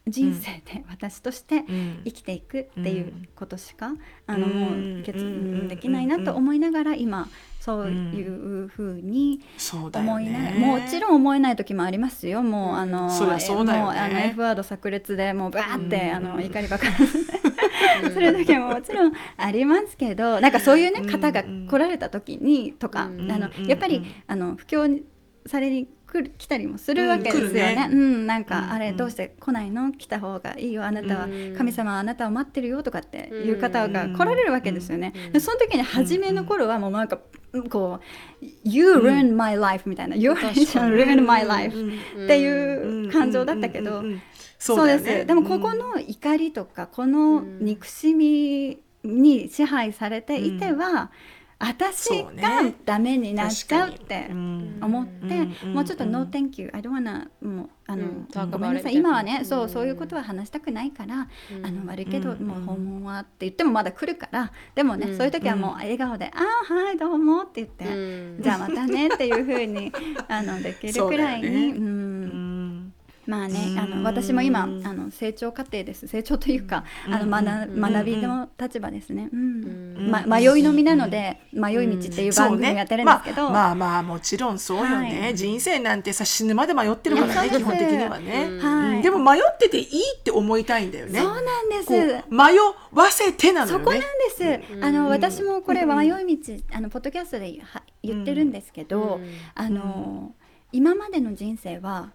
人生で私として生きていくっていうことしか、もうできないなと思いながら今そういうふうに思いながら、もちろん思えない時もありますよ。もうそりゃそうだよね。 もうF ワード炸裂でもうバーって怒りばかりする時ももちろんありますけど、なんかそういうね方が来られた時にとか、やっぱり布教されに来たりもするわけですよね。なんかあれどうして来ないの、来た方がいいよ、あなたは神様はあなたを待ってるよとかっていう方が来られるわけですよね。その時に初めの頃はもうなんかこう You ruined my life みたいな You ruined my life っていう感情だったけど、そうです。でもここの怒りとかこの憎しみに支配されていては、私がダメになっちゃうって思って、もうちょっと No thank you I don't wanna もうごめんなさい、今はねそういうことは話したくないから、悪いけどもう訪問はって言ってもまだ来るから、でもねそういう時はもう笑顔ではいどうもって言って、じゃあまたねっていう風にできるくらいにまあね、私も今成長過程です。成長というか学びの立場ですね。迷いの身なので迷い道っていう番組をやってるんですけど、 まあもちろんそうよね。人生なんてさ死ぬまで迷ってるからね、基本的にはね。でも迷ってていいって思いたいんだよね。 そうなんです。 迷わせてなのよね。 そこなんです。私もこれ迷い道ポッドキャストで言ってるんですけど、今までの人生は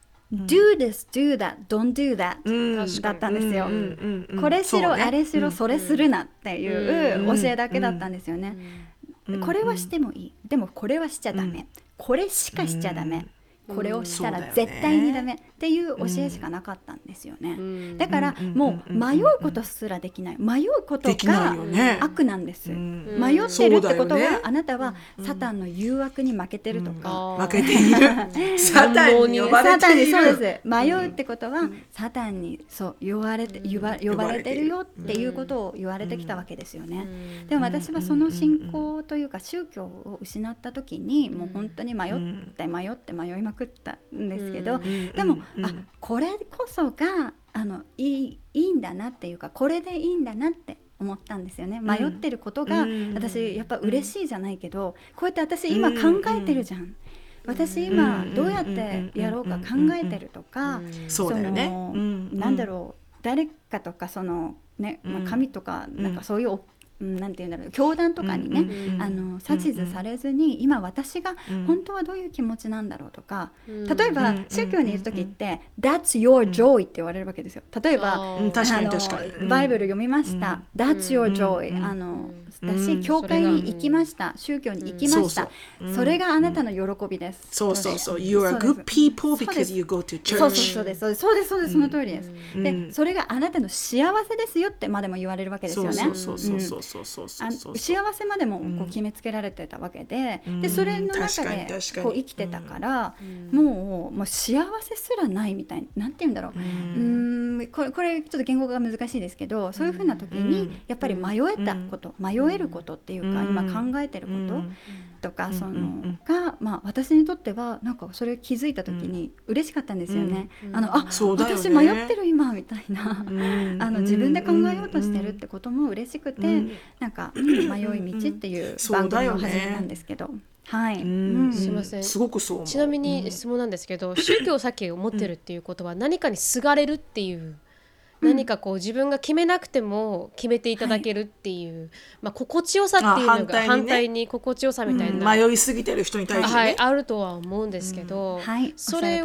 Do this, do that, don't do that だったんですよ。これしろ、あれしろ、それするなっていう教えだけだったんですよね。これはしてもいい。でもこれはしちゃダメ。これしかしちゃダメ。これをしたら絶対にダメっていう教えしかなかったんですよね。だからもう迷うことすらできない。迷うことが悪なんです。迷ってるってことはあなたはサタンの誘惑に負けてるとか、 負けている。サタンに呼ばれている。 そうです。迷うってことはサタンに呼ばれてるよっていうことを言われてきたわけですよね。でも私はその信仰というか宗教を失った時にもう本当に迷いまくったんですけど、でもこれこそがいいんだなっていうか、これでいいんだなって思ったんですよね。迷ってることが私やっぱ嬉しいじゃないけど、こうやって私今考えてるじゃん。私今どうやってやろうか考えてるとか、 そうだよね。 なんだろう、誰かとか神とかなんかそういうなんていうんだろう、教団とかにね、指図されずに今私が本当はどういう気持ちなんだろうとか、例えば宗教にいる時ってThat's your joy って言われるわけですよ。例えばバイブル読みました、That's your joy、私教会に行きました、宗教に行きました、それがあなたの喜びです。 そう You are good people because you go to church。 そうですその通りです。でそれがあなたの幸せですよってまでも言われるわけですよね。幸せまでもこう決めつけられてたわけで、それの中でこう生きてたから、もう幸せすらないみたいな、なんて言うんだろう、これちょっと言語が難しいですけど、そういうふうな時にやっぱり迷えることっていうか、今考えてることとかが、私にとってはなんかそれを気づいた時に嬉しかったんですよね。私迷ってる今みたいな、自分で考えようとしてるってことも嬉しくて、なんか迷い道っていう番組を始めたんですけど、はい、すみません。 すごくそう思う。 ちなみに質問なんですけど、宗教をさっき思ってるっていうことは何かにすがれるっていう、何かこう自分が決めなくても決めていただけるっていう、心地よさっていうのが反対に心地よさみたいな、 迷いすぎてる人に対してね、 あるとは思うんですけど、それを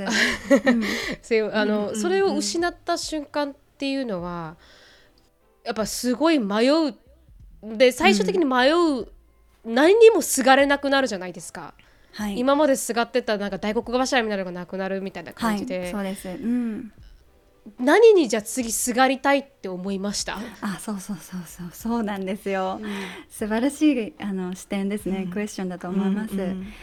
それを失った瞬間っていうのはやっぱすごい迷うで、最終的に迷う、何にもすがれなくなるじゃないですか。今まですがってたなんか大黒柱みたいなのがなくなるみたいな感じで、 そうです。 何にじゃあ次すがりたいって思いました？ そうなんですよ。素晴らしい視点ですね。クエスチョンだと思います。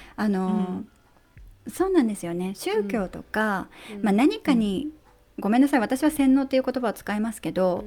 そうなんですよね。宗教とか、何かにごめんなさい、私は洗脳っていう言葉を使いますけど、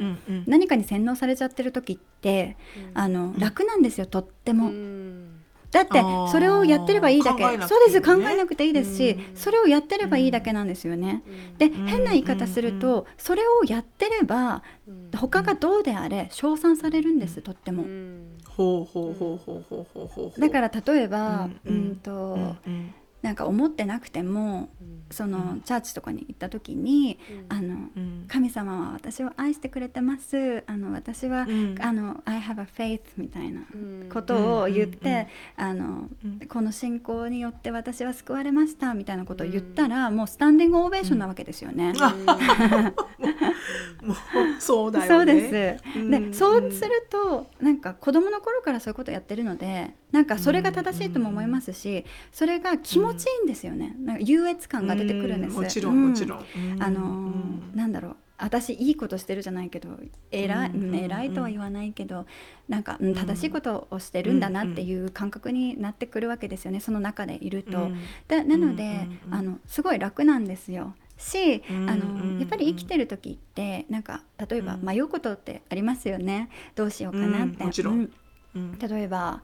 何かに洗脳されちゃってる時って楽なんですよ、とっても。 だってそれをやってればいいだけ、 考えなくていいよね。 そうです、考えなくていいですし、それをやってればいいだけなんですよね。で、変な言い方すると、それをやってれば他がどうであれ称賛されるんです、とっても。 ほうほうほうほうほうほうほう。 だから例えば、 うんなんか思ってなくても、そのチャーチとかに行った時に、神様は私を愛してくれてます、私は、I have a faith みたいなことを言って、この信仰によって私は救われましたみたいなことを言ったら、もうスタンディングオベーションなわけですよね。 もうそうだよね。 そうです。で、そうするとなんか子供の頃からそういうことやってるので、なんかそれが正しいとも思いますし、それが気持ちいいんですよね。なんか優越感が出てくるんです。 もちろんもちろん。 なんだろう、私いいことしてるじゃないけど、偉いとは言わないけど、なんか正しいことをしてるんだなっていう感覚になってくるわけですよね、その中でいると。なので、すごい楽なんですよ。し、やっぱり生きてる時ってなんか例えば迷うことってありますよね。どうしようかなって。 もちろん。 例えば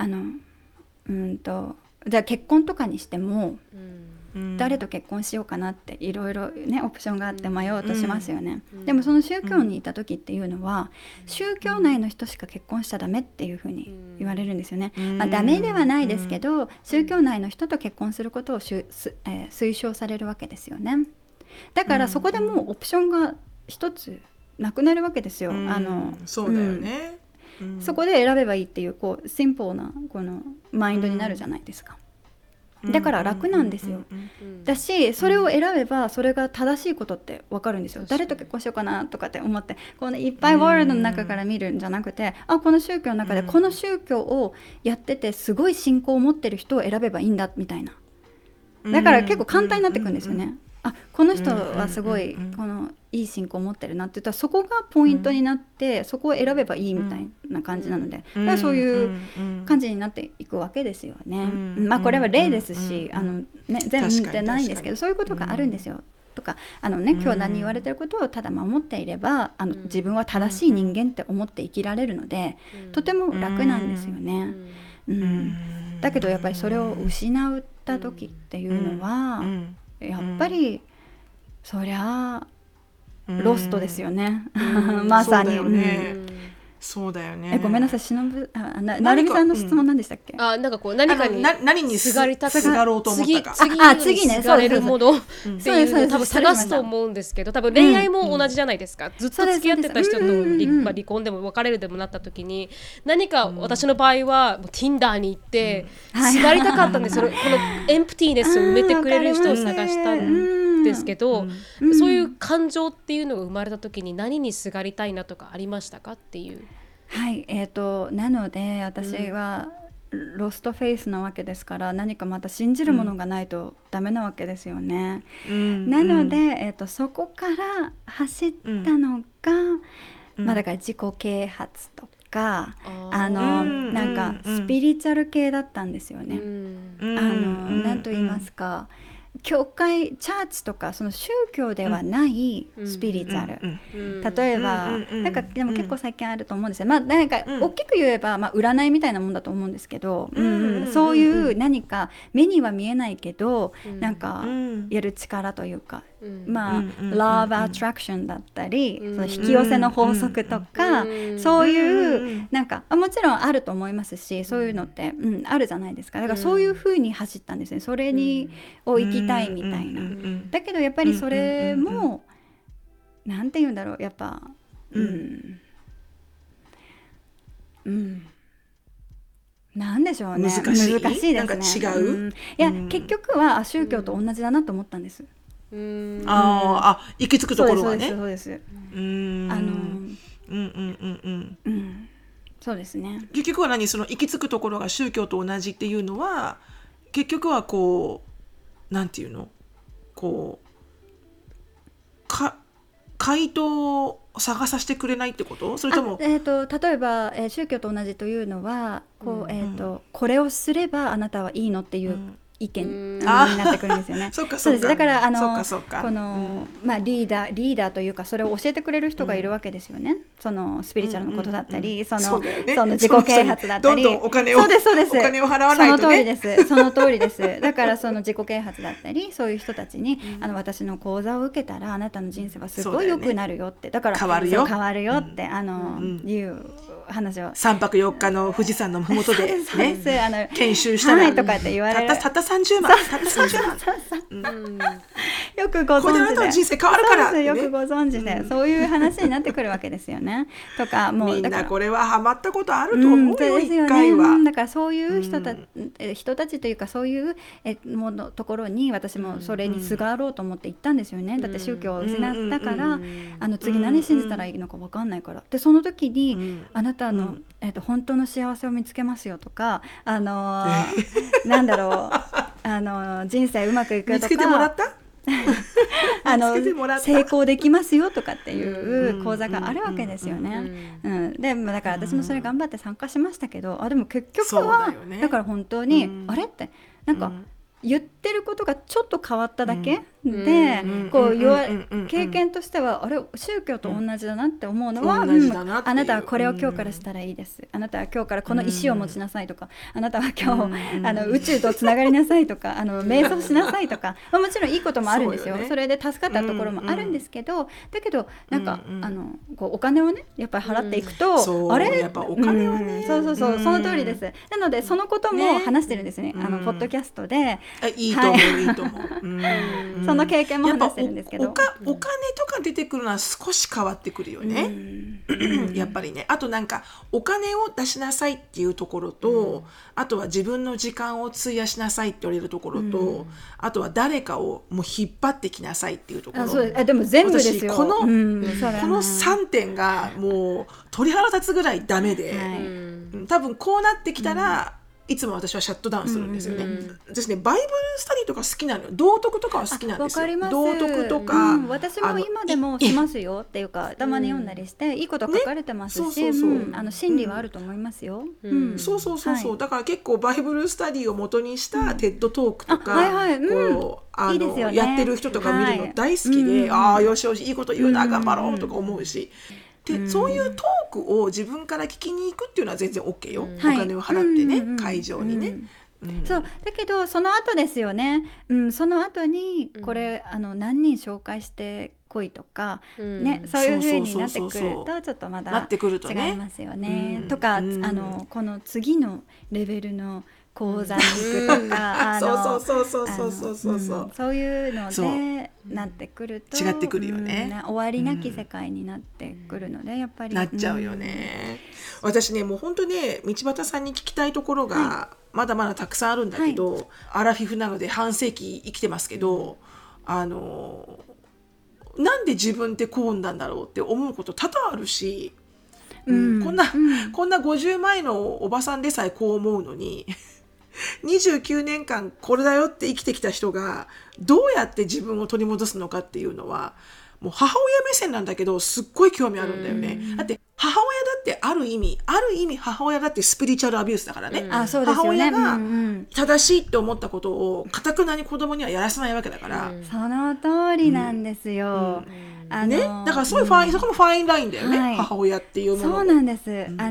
じゃあ結婚とかにしても、誰と結婚しようかなっていろいろねオプションがあって迷おうとしますよね。でもその宗教にいた時っていうのは、宗教内の人しか結婚しちゃダメっていうふうに言われるんですよね。ダメではないですけど、宗教内の人と結婚することを推奨されるわけですよね。だからそこでもうオプションが一つなくなるわけですよ。 そうだよね。 そこで選べばいいっていう、こうシンプルなこのマインドになるじゃないですか。だから楽なんですよ。だし、それを選べばそれが正しいことって分かるんですよ。誰と結婚しようかなとかって思って、このいっぱいワールドの中から見るんじゃなくて、この宗教の中でこの宗教をやっててすごい信仰を持ってる人を選べばいいんだみたいな。だから結構簡単になってくるんですよね。この人はすごいこのいい信仰を持ってるなって言ったら、そこがポイントになって、そこを選べばいいみたいな感じなので、そういう感じになっていくわけですよね。これは例ですし、全部見てないんですけど、そういうことがあるんですよ。とか教団に言われてることをただ守っていれば、自分は正しい人間って思って生きられるので、とても楽なんですよね。だけどやっぱりそれを失った時っていうのは、やっぱりそりゃロストですよね。まさに。 そうだよね。 ごめんなさい、なるみさんの質問何でしたっけ？ なんかこう何かに何にすがろうと思ったか。 次ね、すがれるものっていうのを多分探すと思うんですけど、多分恋愛も同じじゃないですか。ずっと付き合ってた人と離婚でも別れるでもなった時に、何か私の場合はTinderに行ってすがりたかったんですよ。このエンプティーネスを埋めてくれる人を探したんですけど、そういう感情っていうのが生まれた時に何にすがりたいなとかありましたかっていう。 はい、なので私はロストフェイスなわけですから、何かまた信じるものがないとダメなわけですよね。なので、そこから走ったのが、だから自己啓発とか、なんかスピリチュアル系だったんですよね。なんと言いますか、教会、チャーチとかその宗教ではないスピリチュアル、例えばなんかでも結構最近あると思うんですよ。なんか大きく言えば、占いみたいなもんだと思うんですけど、そういう何か目には見えないけど、なんかやる力というか、Law of Attraction だったり、その引き寄せの法則とか、そういうなんかもちろんあると思いますし、そういうのって、あるじゃないですか。だからそういう風に走ったんですね。それにを生きたいみたいな。だけどやっぱりそれもなんて言うんだろう、やっぱなんでしょうね。難しいですね。 なんか違う。 いや、結局は宗教と同じだなと思ったんです。 行き着くところはね。 そうです。そうですね。 結局はその行き着くところが宗教と同じっていうのは、結局はこうなんていうの、こう回答を探させてくれないってこと？それとも例えば、宗教と同じというのはこう、これをすればあなたはいいのっていう意見になってくるんですよね。 そうです。 だからこの、リーダーというか、それを教えてくれる人がいるわけですよね。 そのスピリチュアルのことだったり、そそうだよね、 の自己啓発だったり、 どんどんお金をそうですそうです、 お金を払わないとね。 その通りですだからその自己啓発だったりそういう人たちに、私の講座を受けたらあなたの人生はすごい良くなるよって、だから変わるよそう変わるよって、いう話を 3泊4日の富士山のふもとでそうですね研修したら、 はいとかって言われる、 たった30万たった30万よくごこれであな存知で、 たの人生変わるからそうです、 ねよくご存知で、そういう話になってくるわけですよねとかもうみんだからなこれはハマったことあると思うよ、 そうですよね、 一回は。 だからそういう人たちというかそういうところに私もそれにすがろうと思って行ったんですよね。だって宗教を失ったから、次何信じたらいいのか分かんないから。でその時に、あなたの、本当の幸せを見つけますよとか、なんだろう人生うまくいくとか、 見つけてもらった成功できますよとかっていう講座があるわけですよね。でだから私もそれ頑張って参加しましたけど、でも結局は だから本当に、あれってなんか、言ってることがちょっと変わっただけ、でこう経験としてはあれ宗教と同じだなって思うのは、あなたはこれを今日からしたらいいです、あなたは今日からこの石を持ちなさいとか、あなたは今日宇宙とつながりなさいとか瞑想しなさいとか、もちろんいいこともあるんですよ、それで助かったところもあるんですけど、だけどなんかこうお金をねやっぱり払っていくと、あれやっぱお金はね、 そうその通りです。なのでそのことも話してるんですね、ポッドキャストで。 いいと思う、いいと思う。 その経験も話してるんですけど、 お金とか出てくるのは少し変わってくるよね。やっぱりね。あとなんかお金を出しなさいっていうところと、あとは自分の時間を費やしなさいって言われるところと、あとは誰かをもう引っ張ってきなさいっていうところ。 でも全部ですよ。 私この3点がもう鳥肌立つぐらいダメで、多分こうなってきたら、いつも私はシャットダウンするんですよね。私ね、バイブルスタディとか好きなのよ。道徳とかは好きなんですよ。 わかります。 道徳とか、 私も今でもしますよっていうか、たまに読んだりしていいこと書かれてますし、真理はあると思いますよ。そうだから結構バイブルスタディを元にしたテッドトークとか、 いいですよね、 やってる人とか見るの大好きで、ああよしよしいいこと言うな、頑張ろうとか思うし。でそういうトークを自分から聞きに行くっていうのは全然 OK よ、お金を払ってね、会場にね、 そうだけどその後ですよね、その後にこれ、何人紹介してこいとか、ね、そういう風になってくるとちょっとまだ違いますよね。とかこの次のレベルの講座に行くとかそういうのでなってくると違ってくるよね、 終わりなき世界になってくるので、やっぱりなっちゃうよね。私ねもう本当ね道端さんに聞きたいところがまだまだたくさんあるんだけど、アラフィフなので半世紀生きてますけど、なんで自分ってこうなんだろうって思うこと多々あるし、こんな50前のおばさんでさえこう思うのに29年間これだよって生きてきた人がどうやって自分を取り戻すのかっていうのはもう母親目線なんだけどすっごい興味あるんだよね。だって母親だってある意味母親だってスピリチュアルアビュースだからね、母親が正しいって思ったことを堅くなに子供にはやらせないわけだから、 その通りなんですよ、 だからそういうそこもファインラインだよね、母親っていうもの。 そうなんです。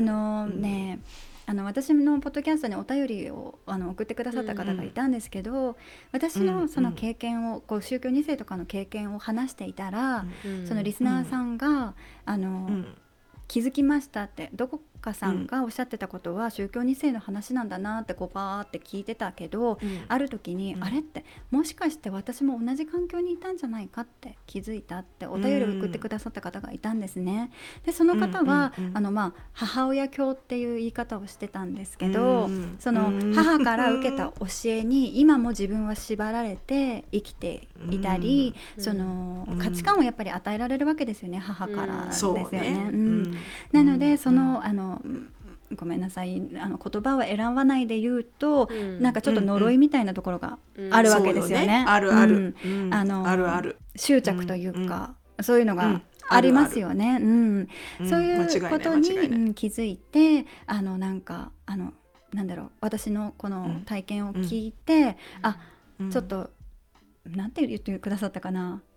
私のポッドキャストにお便りを送ってくださった方がいたんですけど、私のその経験をこう宗教2世とかの経験を話していたら、そのリスナーさんが気づきましたって、どこかさんがおっしゃってたことは宗教2世の話なんだなってこうバーって聞いてたけど、ある時に、あれってもしかして私も同じ環境にいたんじゃないかって気づいたってお便りを送ってくださった方がいたんですね。でその方は母親教っていう言い方をしてたんですけど、その母から受けた教えに今も自分は縛られて生きていたり、その価値観をやっぱり与えられるわけですよね、母からですよね。なのでそのごめんなさい言葉を選ばないで言うと、なんかちょっと呪いみたいなところがあるわけですよね。 あるある、 執着というか、そういうのがありますよね。そういうことに気づいてなんかなんだろう、私のこの体験を聞いて、ちょっとなんて言ってくださったかな、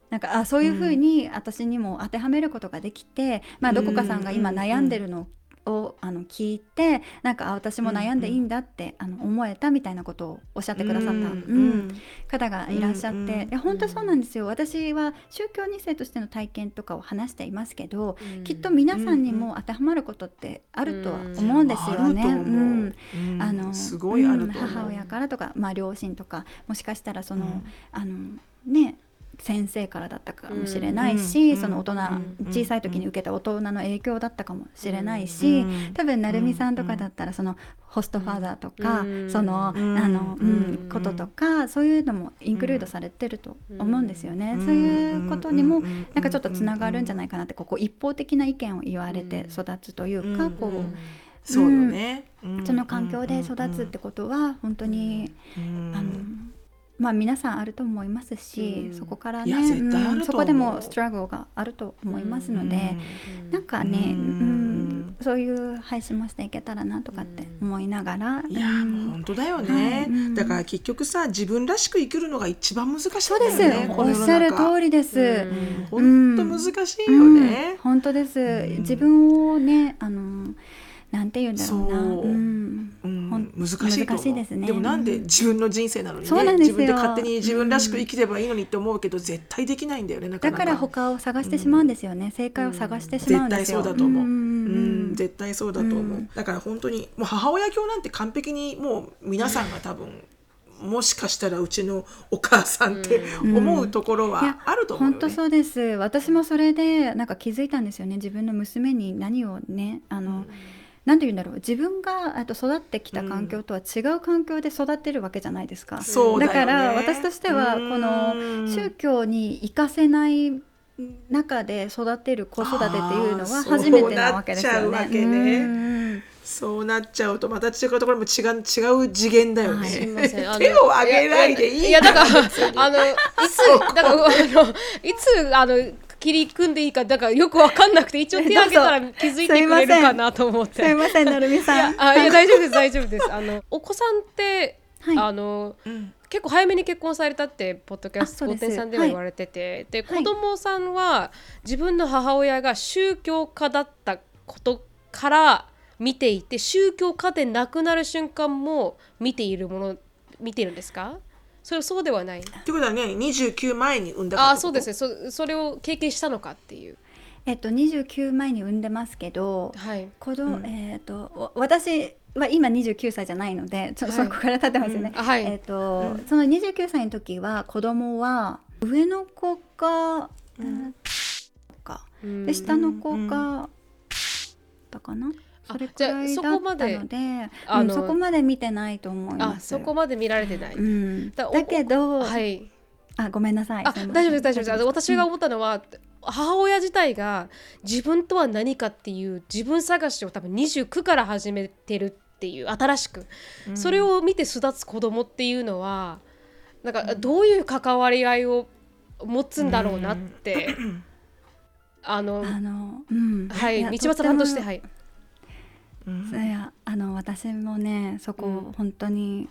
なんかそういうふうに私にも当てはめることができて、どこかさんが今悩んでるのを聞いて、なんか私も悩んでいいんだって思えたみたいなことをおっしゃってくださった方がいらっしゃって、本当そうなんですよ。私は宗教2世としての体験とかを話していますけど、きっと皆さんにも当てはまることってあるとは思うんですよね。 すごいあると思う。 母親からとか、両親とか、もしかしたらその、ね先生からだったかもしれないし、その小さい時に受けた大人の影響だったかもしれないし、多分成美さんとかだったらそのホストファーザーとか、そのこととか、そういうのもインクルードされてると思うんですよね。そういうことにもなんかちょっとつながるんじゃないかなって、こう一方的な意見を言われて育つというか、こうそうよね、 その環境で育つってことは本当に皆さんあると思いますし、そこからね、そこでもストラグルがあると思いますので、なんかね、そういう配信もしていけたらなとかって思いながら、 いや本当だよね、だから結局さ、自分らしく生きるのが一番難しいんだよね。 そうです、おっしゃる通りです。 本当難しいよね、 本当です。自分をね、なんて言うんだろうな、 難しいと思う。 難しいですね。 でもなんで自分の人生なのにね、 そうなんですよ。 自分で勝手に自分らしく生きればいいのにって思うけど、絶対できないんだよね、なかなか。 だから他を探してしまうんですよね、正解を探してしまうんですよ。 絶対そうだと思う、絶対そうだと思う、だから本当にもう母親教なんて完璧にもう皆さんが多分、もしかしたらうちのお母さんって思うところはあると思うよね。 本当そうです。私もそれでなんか気づいたんですよね。自分の娘に何をね、なんて言うんだろう、自分が育ってきた環境とは違う環境で育ってるわけじゃないですか。 そうだよね。 だから私としてはこの宗教に行かせない中で育てる子育てっていうのは初めてなわけですよね。 そうなっちゃうとまた違うところも違う次元だよね。 すいません、 手を挙げないでいい。 いやだからいつ切り組んでいいかだからよく分かんなくて、一応手挙げたら気づいてくれるかなと思って。 すいません、なるみさん。 いや大丈夫です大丈夫です。お子さんって、結構早めに結婚されたってポッドキャスト5点さんでは言われてて、で子供さんは自分の母親が宗教家だったことから見ていて、宗教家で亡くなる瞬間も見ているんですか？そうではない。ってことはね、29前に産んだかってこと？ そうですね。それを経験したのかっていう。 29前に産んでますけど、私は今29歳じゃないので、そこから経ってますよね。その29歳の時は子供は上の子か、で下の子がだかな。それくらいだったので、そこまで見てないと思います。 そこまで見られてない。 だけど、ごめんなさい。 大丈夫です。私が思ったのは、母親自体が自分とは何かっていう自分探しを多分29から始めてるっていう、新しく、それを見て育つ子供っていうのはなんかどういう関わり合いを持つんだろうなって、道端さんとして、 私もね、そこ本当に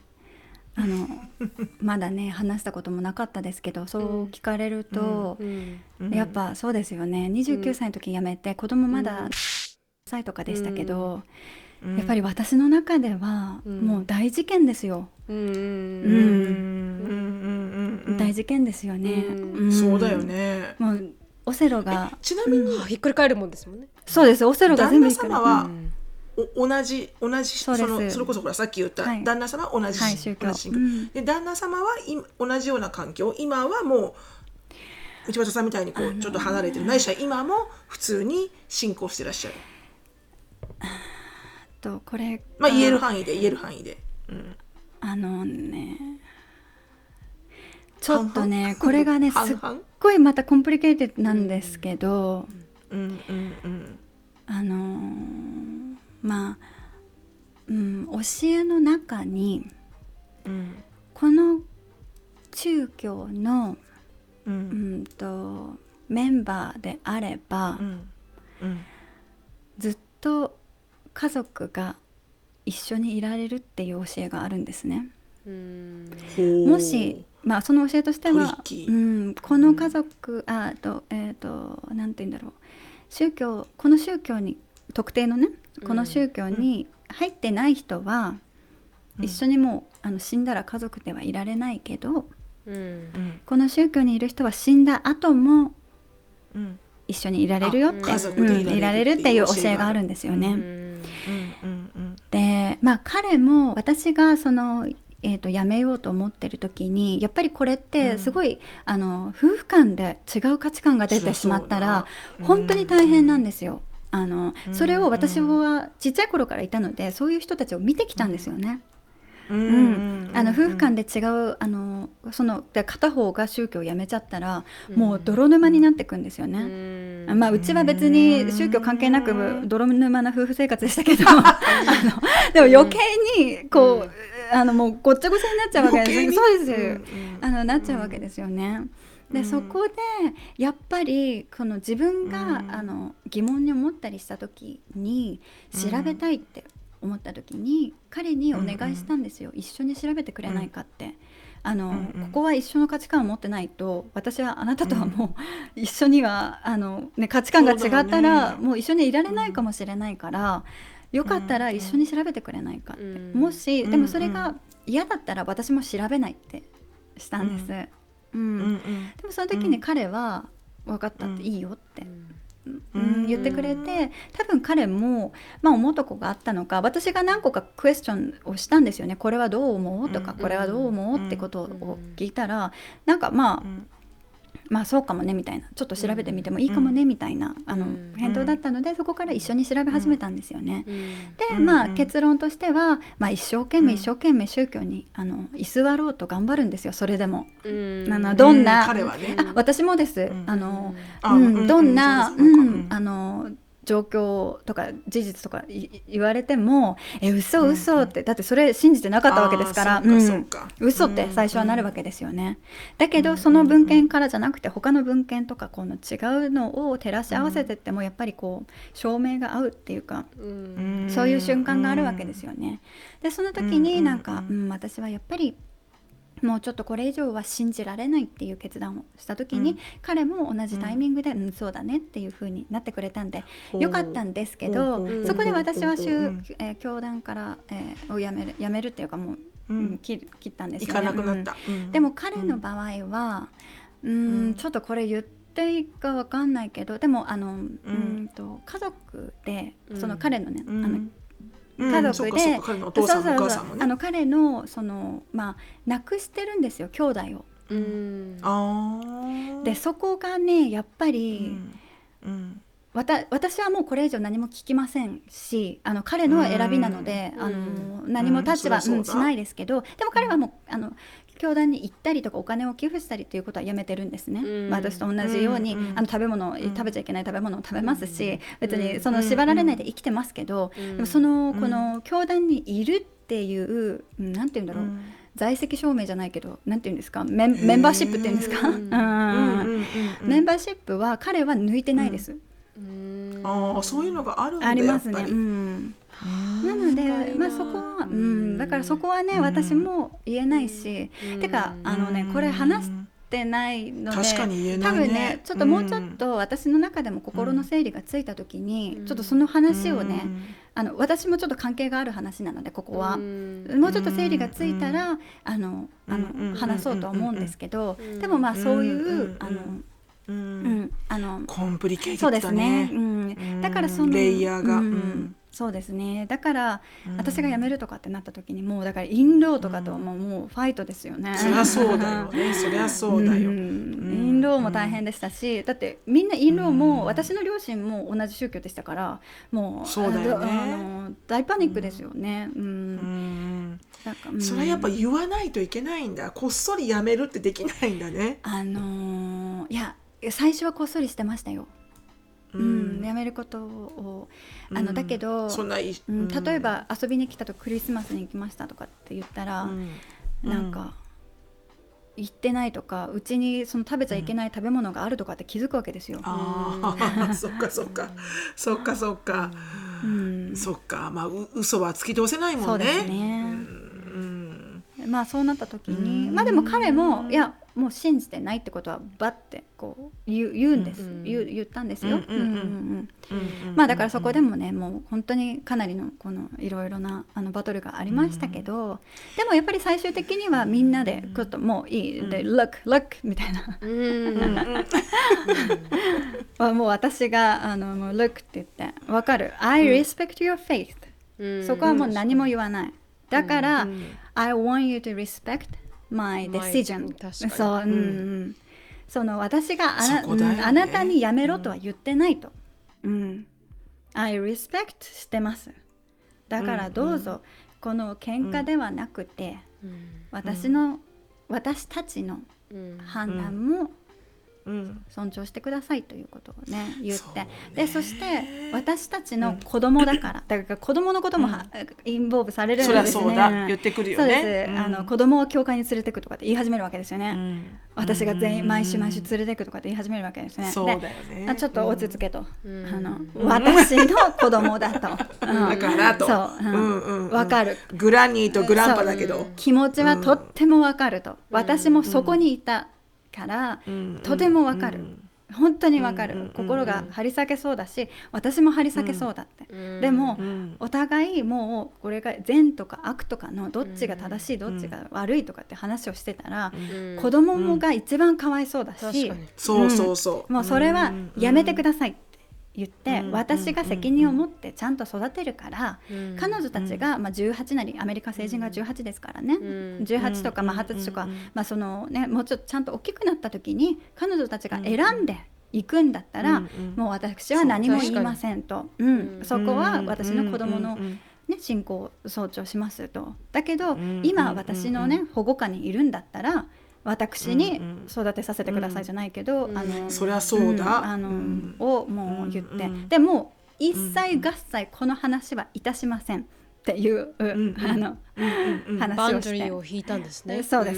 まだね話したこともなかったですけど、そう聞かれると、やっぱそうですよね。29歳の時辞めて、子供まだ歳とかでしたけど、やっぱり私の中ではもう大事件ですよ。大事件ですよね。 そうだよね。 もうオセロがちなみにひっくり返るもんですもんね。 そうです、オセロが全部旦那様は同じそれこそほらさっき言った旦那様は同じ宗教で、旦那様は同じような環境、今はもう道端さんみたいにこうちょっと離れてる、ないしは今も普通に信仰してらっしゃる。 これ言える範囲で、 ちょっとねこれがねすっごいまたコンプリケーテッドなんですけど、教えの中に、この宗教の、メンバーであれば、ずっと家族が一緒にいられるっていう教えがあるんですね。 もし、その教えとしては、この家族なんて言うんだろう、この宗教に特定のね、この宗教に入ってない人は、一緒にもう死んだら家族ではいられないけど、この宗教にいる人は死んだ後も一緒にいられるよって、いられるっていう教えがあるんですよね。で、彼も私がその辞めようと思ってる時に、やっぱりこれってすごい、夫婦間で違う価値観が出てしまったら本当に大変なんですよ。それを私はちっちゃい頃からいたので、そういう人たちを見てきたんですよね。夫婦間で違うで片方が宗教をやめちゃったらもう泥沼になっていくんですよね。うちは別に宗教関係なく泥沼な夫婦生活でしたけどでも余計にこう、もうごっちゃごちゃになっちゃうわけです。そうです、なっちゃうわけですよね。でそこでやっぱりこの自分が疑問に思ったりした時に調べたいって思った時に彼にお願いしたんですよ。一緒に調べてくれないかって。ここは一緒の価値観を持ってないと、私はあなたとはもう一緒には価値観が違ったらもう一緒にいられないかもしれないから、よかったら一緒に調べてくれないかって。もしでもそれが嫌だったら私も調べないってしたんです。でもその時に彼は分かったって、いいよって言ってくれて、多分彼も思うとこがあったのか、私が何個かクエスチョンをしたんですよね。これはどう思うとか、これはどう思うってことを聞いたら、なんかそうかもねみたいな、ちょっと調べてみてもいいかもねみたいな返答だったので、そこから一緒に調べ始めたんですよね。で結論としては、一生懸命宗教に居座ろうと頑張るんですよ。それでもどんな、私もです。どんな状況とか事実とか言われても嘘って、だってそれ信じてなかったわけですから、嘘って最初はなるわけですよね。だけどその文献からじゃなくて他の文献とかこの違うのを照らし合わせてってもやっぱりこう証明が合うっていうか、そういう瞬間があるわけですよね。でその時になんか、私はやっぱりもうちょっとこれ以上は信じられないっていう決断をした時に、彼も同じタイミングで、そうだねっていう風になってくれたんでよかったんですけど、そこで私は教団から、をやめるっていうかもう、切ったんですよね。 行かなくなった。 でも彼の場合は、ちょっとこれ言っていいか分かんないけど、でも家族でその彼のね、家族で彼のお父さんもお母さんもね、彼の亡くしてるんですよ、兄弟を。でそこがねやっぱり、私はもうこれ以上何も聞きませんし、彼の選びなので、何も立場しないですけど、でも彼はもう教団に行ったりとかお金を寄付したりということはやめてるんですね。私と同じように食べちゃいけない食べ物を食べますし、別にその縛られないで生きてますけど、でもこの教団にいるっていうなんていうんだろう、在籍証明じゃないけどなんていうんですか、メンバーシップっていうんですか、メンバーシップは彼は抜いてないです。 そういうのがあるんだ。 ありますね。なので、そこは、だからそこはね、私も言えないし、てかこれ話してないので、 確かに言えないね。 多分ね、ちょっともうちょっと私の中でも心の整理がついた時に、ちょっとその話をね、私もちょっと関係がある話なので、ここはもうちょっと整理がついたら話そうとは思うんですけど、でもそういうコンプリケートだね。そうですね。だからそのレイヤーが、 そうですね。だから私が辞めるとかってなった時にもうだからインローとかとはもうファイトですよね。 そりゃそうだよね。そりゃそうだよ。インローも大変でしたし、だってみんなインローも私の両親も同じ宗教でしたから、もうそうだよね。 大パニックですよね。 それはやっぱ言わないといけないんだ。こっそり辞めるってできないんだね。 いや最初はこっそりしてましたよ。辞めることをだけど、例えば遊びに来たとクリスマスに行きましたとかって言ったら、なんか行ってないとか、うちにその食べちゃいけない食べ物があるとかって気づくわけですよ。 そっかそっかそっかそっかそっか、嘘は突き通せないもんね。 そうですね。 まあそうなった時に、まあでも彼もいやもう信じてないってことはバッてこう言うんです、言ったんですよ。まあだからそこでもね、もう本当にかなりのこのいろいろなバトルがありましたけど、でもやっぱり最終的にはみんなでちょっともういいで、look みたいなもう私がもう look って言って分かる、I respect your faith、そこはもう何も言わない。だから、I want you to respect my decision。そう、その私があなたにやめろとは言ってないと。I respect してます。だからどうぞ、この喧嘩ではなくて、私たちの判断も尊重してくださいということをね言って、でそして私たちの子供だから、だから子供のこともインボーブされるんですね。 そうだ言ってくるよね。 そうです、子供を教会に連れてくとかって言い始めるわけですよね。私が全員毎週連れてくとかって言い始めるわけですね。 そうだよね。 ちょっと落ち着けと、私の子供だと、 だからと、 わかる。 グラニーとグランパだけど、 気持ちはとってもわかると、私もそこにいたから、とてもわかる、本当にわかる、心が張り裂けそうだし、私も張り裂けそうだって、でも、お互いもうこれが善とか悪とかのどっちが正しい、どっちが悪いとかって話をしてたら、子供もが一番かわいそうだし、もうそれはやめてくださいって言って、私が責任を持ってちゃんと育てるから、彼女たちが、18なり、アメリカ成人が18ですからね、18とか20歳とか、そのね、もうちょっとちゃんと大きくなった時に彼女たちが選んでいくんだったら、もう私は何も言いませんと、そこは私の子供の信仰を尊重しますと。だけど今私のね保護下にいるんだったら、私に育てさせてくださいじゃないけど、 そりゃそうだ、 をもう言って、でも一切合切この話はいたしませんっていう話をして、バンドリーを引いたんですね。そうです。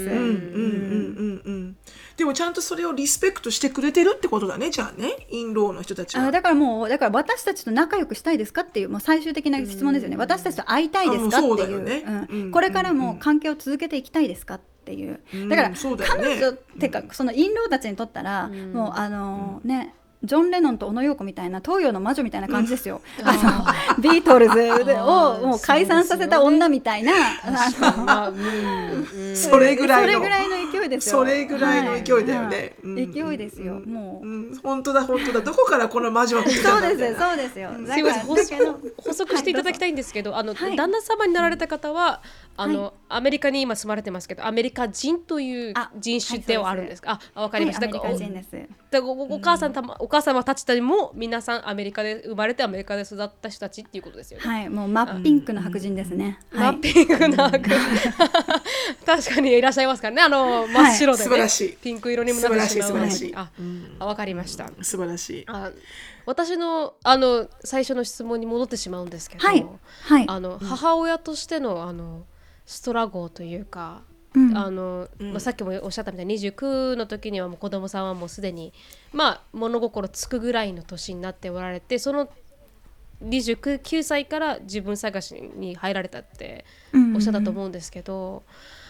でもちゃんとそれをリスペクトしてくれてるってことだね、じゃあね、インローの人たちは。 だから私たちと仲良くしたいですかっていう、もう最終的な質問ですよね。私たちと会いたいですかっていう、これからも関係を続けていきたいですかっていう。だから彼女ってかそのインローたちにとったら、もうね、ジョン・レノンと小野陽子みたいな東洋の魔女みたいな感じですよ。ビートルズをもう解散させた女みたいな、 それぐらいの勢いですよ。 それぐらいの勢いだよね。 勢いですよ。もう本当だどこからこの魔女が来たんだみたいな。 そうですよ。 すいません、補足していただきたいんですけど、旦那様になられた方はアメリカに今住まれてますけど、アメリカ人という人種ではあるんですか？わかりました。 アメリカ人です。 お母様たちも皆さんアメリカで生まれてアメリカで育った人たちっていうことですよね。 はい、もう真っピンクの白人ですね。 真っピンクの白人確かにいらっしゃいますからね、真っ白でね、 素晴らしい、 ピンク色にもなってしまう。 素晴らしい。 わかりました。 素晴らしい。 私の最初の質問に戻ってしまうんですけど、母親としてのストラゴというか、さっきもおっしゃったみたいに29の時にはもう子供さんはもうすでに物心つくぐらいの年になっておられて、その29歳から自分探しに入られたっておっしゃったと思うんですけど、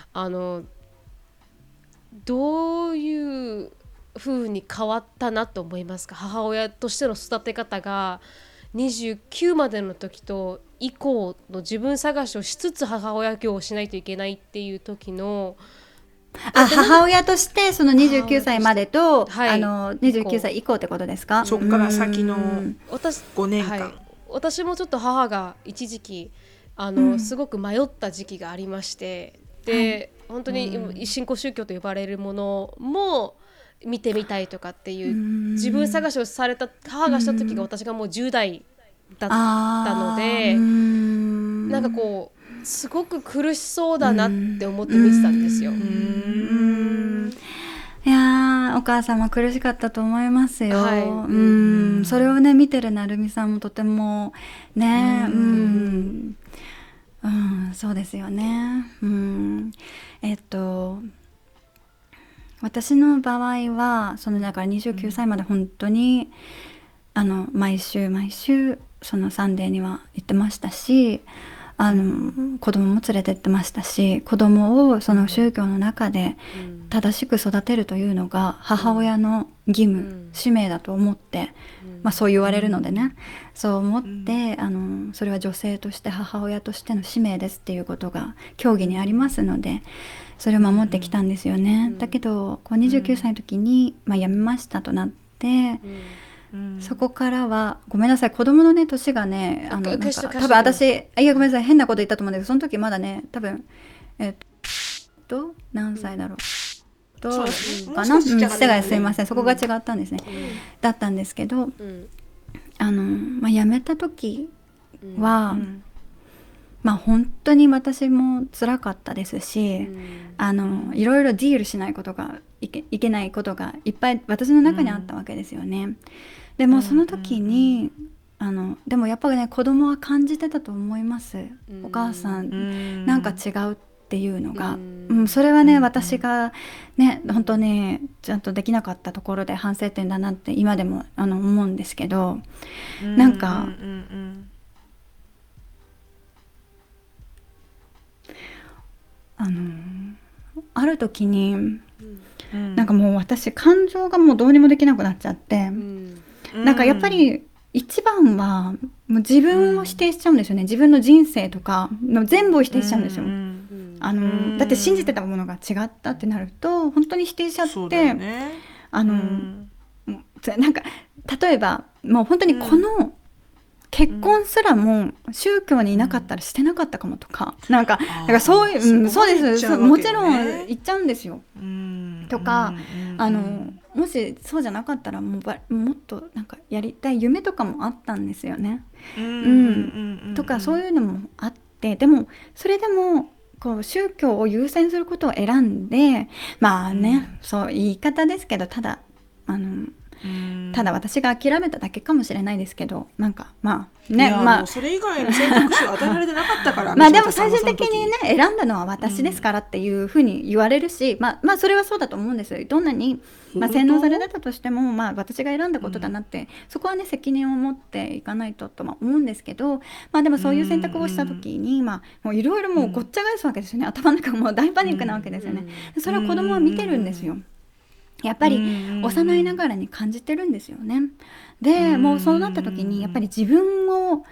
どういう風に変わったなと思いますか？母親としての育て方が29までの時と以降の自分探しをしつつ母親業をしないといけないっていう時の、 母親としてその29歳までと、29歳以降ってことですか？ そこから先の5年間、 私もちょっと母が一時期すごく迷った時期がありまして、で、本当に新興宗教と呼ばれるものも見てみたいとかっていう自分探しをされた母がした時が私がもう10代だったので、なんかこうすごく苦しそうだなって思って見てたんですよ。 いやお母様苦しかったと思いますよ。それをね見てるなるみさんもとてもね、そうですよね。私の場合はだから29歳まで本当に毎週そのサンデーには行ってましたし、 子供も連れてってましたし、子供をその宗教の中で正しく育てるというのが母親の義務、使命だと思って、そう言われるのでね、そう思って、それは女性として母親としての使命ですっていうことが教義にありますので、それを守ってきたんですよね。だけどこう29歳の時に、辞めましたとなって、そこからはごめんなさい、子供のね年がね、多分私ごめんなさい、変なこと言ったと思うんだけど、その時まだね多分何歳だろうかな、すいません、そこが違ったんですね、だったんですけど、辞めた時は、本当に私も辛かったですし、いろいろディールしないことがいけないことがいっぱい私の中にあったわけですよね。でもその時に、でもやっぱりね、子供は感じてたと思います。お母さんなんか違うっていうのが、それはね、私がね本当ねちゃんとできなかったところで反省点だなって今でも思うんですけど、なんかある時に、なんかもう私感情がもうどうにもできなくなっちゃって、なんかやっぱり一番はもう自分を否定しちゃうんですよね。自分の人生とかの全部を否定しちゃうんですよ。だって信じてたものが違ったってなると本当に否定しちゃって、なんか例えばもう本当にこの結婚すらも宗教にいなかったらしてなかったかもとか、なんかそういう、そうです、もちろん言っちゃうんですよ。とかもしそうじゃなかったらもっとなんかやりたい夢とかもあったんですよね。とかそういうのもあって、でもそれでもこう宗教を優先することを選んで、そう言い方ですけど、ただ私が諦めただけかもしれないですけど、なんかそれ以外の選択肢を与えられてなかったからでも最終的にね選んだのは私ですからっていうふうに言われるし、それはそうだと思うんです。どんなに、洗脳されてたとしても、私が選んだことだなって、そこはね責任を持っていかないとと思うんですけど、でもそういう選択をした時にもういろいろもうごっちゃ返すわけですよね。頭の中もう大パニックなわけですよね。それを子供は見てるんですよ。やっぱり幼いながらに感じてるんですよね。でもうそうなった時にやっぱり自分を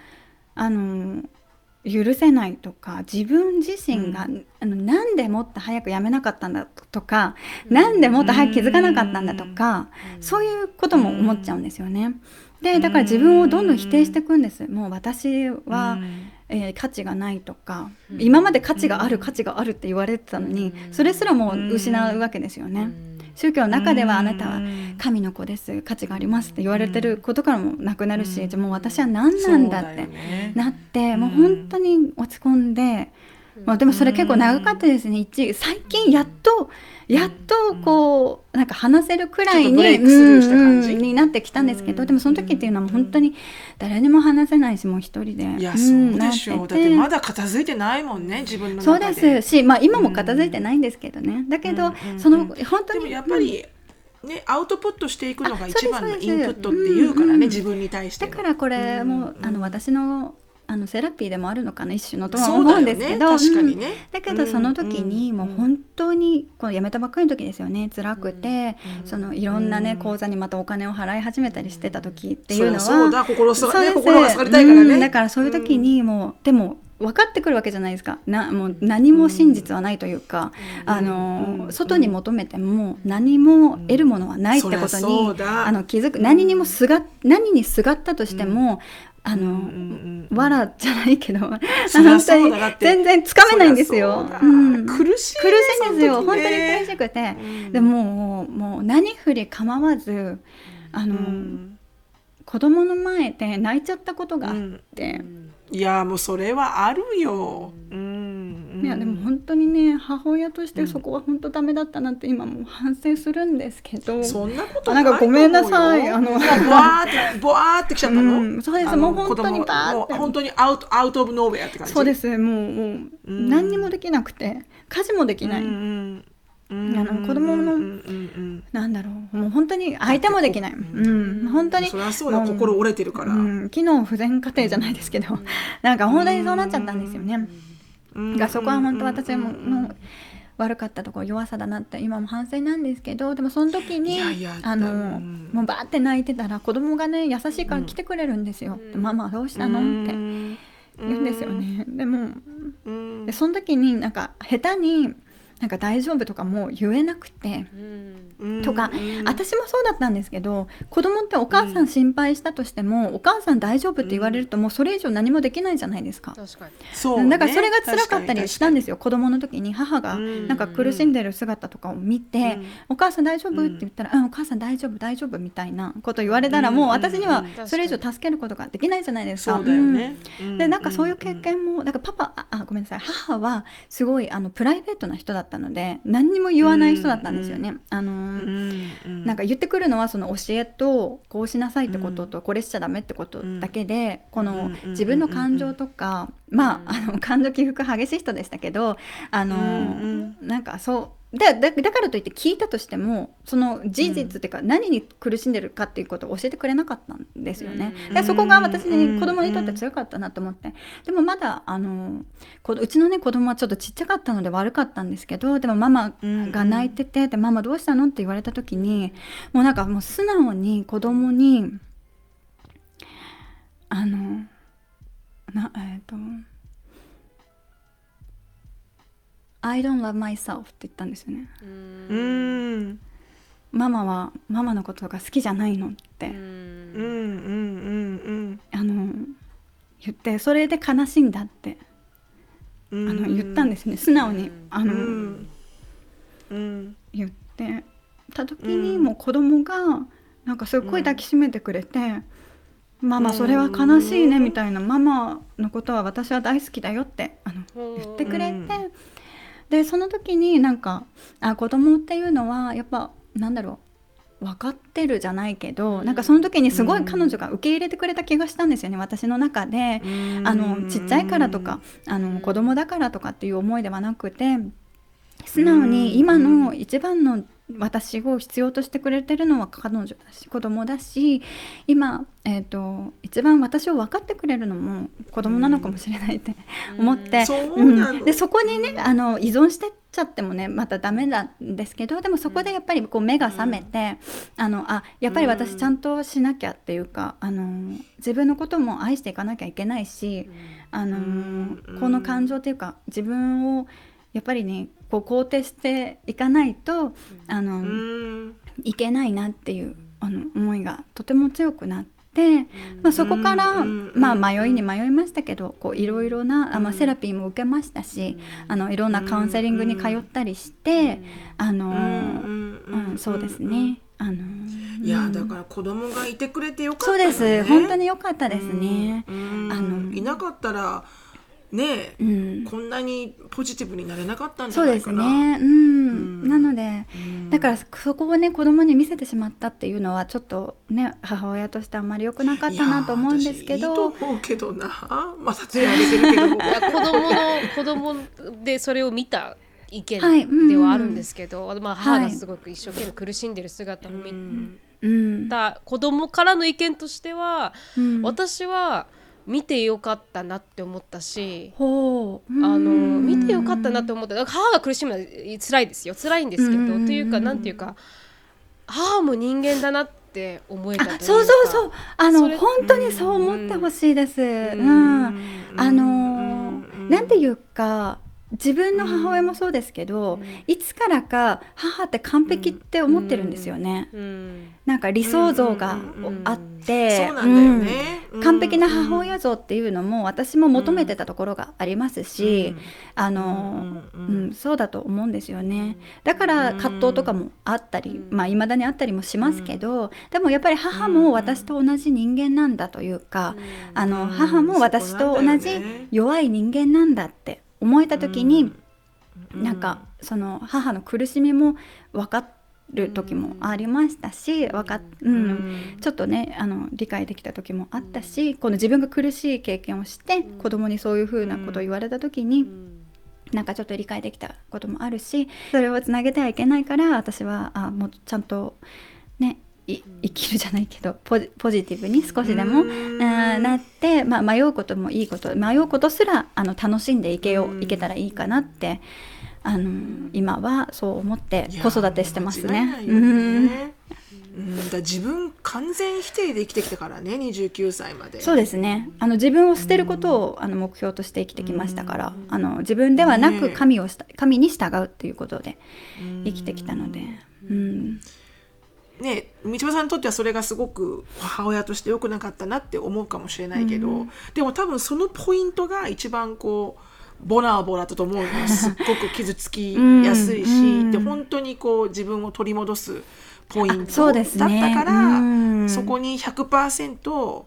許せないとか、自分自身がなんでもっと早くやめなかったんだとか、なんでもっと早く気づかなかったんだとか、そういうことも思っちゃうんですよね。でだから自分をどんどん否定していくんです。もう私は価値がないとか、今まで価値があるって言われてたのに、それすらもう失うわけですよね。宗教の中ではあなたは神の子です、価値がありますって言われてることからもなくなるし、じゃあもう私は何なんだってなって、もう本当に落ち込んで、でもそれ結構長かったですね。最近やっとこうなんか話せるくらいになってきたんですけど、でもその時っていうのはもう本当に誰にも話せないし、もう一人で。 いやそうでしょう。だってまだ片付いてないもんね、自分の中で。 そうですし、今も片付いてないんですけどね。だけど本当にでもやっぱりね、アウトプットしていくのが一番のインプットっていうからね、自分に対してだからこれも私のセラピーでもあるのかな、一種のとは思うんですけど、 確かにね。 だけどその時にもう本当にこう辞めたばっかりの時ですよね、辛くて、いろんなね口座にまたお金を払い始めたりしてた時っていうのは、 そうだ、心が救われたいからね。 だからそういう時にもうでも分かってくるわけじゃないですか。もう何も真実はないというか、外に求めても何も得るものはないってことに気づく。何にすがったとしても、わらじゃないけど本当に全然つかめないんですよ。 苦しいんですよ、本当に苦しくて、でもう何振り構わず子供の前で泣いちゃったことがあって、 いやもうそれはあるよ。 いやでも本当にね、母親としてそこは本当ダメだったなって今も反省するんですけど、 そんなことないと思うよ。 なんかごめんなさい、 ボワーってきちゃったの。 そうです、もう本当にバーって、 本当にアウトオブノーウェアって感じ。 そうです、もう何にもできなくて、家事もできない、 子供の、なんだろう、もう本当に相手もできない、本当にそりゃそうだ、心折れてるから、 機能不全家庭じゃないですけど、なんか本当にそうなっちゃったんですよね。そこは本当私の悪かったところ、弱さだなって今も反省なんですけど、でもその時にもうバーって泣いてたら子供がね優しいから来てくれるんですよ。ママどうしたのって言うんですよね。でもでその時になんか下手になんか大丈夫とかも言えなくて、とか、私もそうだったんですけど、子供ってお母さん心配したとしても、お母さん大丈夫って言われるともうそれ以上何もできないじゃないですか。 確かに。 そうね、 だからそれが辛かったりしたんですよ。子供の時に母がなんか苦しんでる姿とかを見て、お母さん大丈夫って言ったら、お母さん大丈夫大丈夫みたいなこと言われたら、もう私にはそれ以上助けることができないじゃないですか。 そうだよね。 でなんかそういう経験も、だからごめんなさい、母はすごいプライベートな人だったので何にも言わない人だったんですよね。なんか言ってくるのはその教えとこうしなさいってことと、これしちゃダメってことだけで、この自分の感情とか、感情起伏激しい人でしたけど、なんかそうだからといって聞いたとしても、その事実っていうか、何に苦しんでるかっていうことを教えてくれなかったんですよね。でそこが私に子供にとって強かったなと思って。でもまだうちのね子供はちょっとちっちゃかったので悪かったんですけど、でもママが泣いてて、でママどうしたのって言われた時に、もうなんかもう素直に子供にI don't love myself って言ったんですよね。ママはママのことが好きじゃないのって言って、それで悲しいんだって言ったんですね、素直に言ってた時に、もう子供がなんかすごい抱きしめてくれて、ママそれは悲しいねみたいな、ママのことは私は大好きだよって言ってくれて、でその時になんか子供っていうのはやっぱなんだろう、分かってるじゃないけど、なんかその時にすごい彼女が受け入れてくれた気がしたんですよね、私の中で。ちっちゃいからとか子供だからとかっていう思いではなくて、素直に今の一番の私を必要としてくれてるのは彼女だし子供だし、今、一番私を分かってくれるのも子供なのかもしれないって思って、でそこにね依存してっちゃってもねまたダメなんですけど、でもそこでやっぱりこう目が覚めて、やっぱり私ちゃんとしなきゃっていうか、自分のことも愛していかなきゃいけないし、この感情というか自分をやっぱりねこう肯定していかないといけないなっていう思いがとても強くなって、そこから迷いに迷いましたけど、いろいろなセラピーも受けましたし、いろんなカウンセリングに通ったりしてそうですね。 いやだから子供がいてくれてよかったね。そうです、本当によかったですね。 いなかったらねこんなにポジティブになれなかったんじゃないかな。 そうですね。なのでだからそこをね子供に見せてしまったっていうのはちょっとね母親としてあんまり良くなかったなと思うんですけど。 いいと思うけどな。また手挙げてるけど子供でそれを見た意見ではあるんですけど、母がすごく一生懸命苦しんでる姿を見た子供からの意見としては、私は見てよかったなって思ったし、見てよかったなって思った。母が苦しむのは辛いですよ、辛いんですけど、というかなんていうか母も人間だなって思えたというか。 そう本当にそう思ってほしいです。なんていうか自分の母親もそうですけど、いつからか母って完璧って思ってるんですよね。なんか理想像があって、完璧な母親像っていうのも私も求めてたところがありますし、そうだと思うんですよね。だから葛藤とかもあったり、未だにあったりもしますけど、でもやっぱり母も私と同じ人間なんだというか、母も私と同じ弱い人間なんだって思えた時に、なんかその母の苦しみも分かる時もありましたし、ちょっとね理解できた時もあったし、この自分が苦しい経験をして子供にそういうふうなことを言われた時に、 なんかちょっと理解できたこともあるし、それをつなげてはいけないから、私はもうちゃんとね生きるじゃないけどポジティブに少しでもなって、迷うこともいいこと、迷うことすら楽しんでいけたらいいかなって、今はそう思って子育てしてますね。 だ自分完全否定で生きてきたからね、29歳まで。 そうですね、自分を捨てることを目標として生きてきましたから、自分ではなく神に従うっていうことで生きてきたので、 ね、道場さんにとってはそれがすごく母親として良くなかったなって思うかもしれないけど、でも多分そのポイントが一番こうボラボラだと思うの。すっごく傷つきやすいし、で本当にこう自分を取り戻すポイントだったから、そこに 100% 道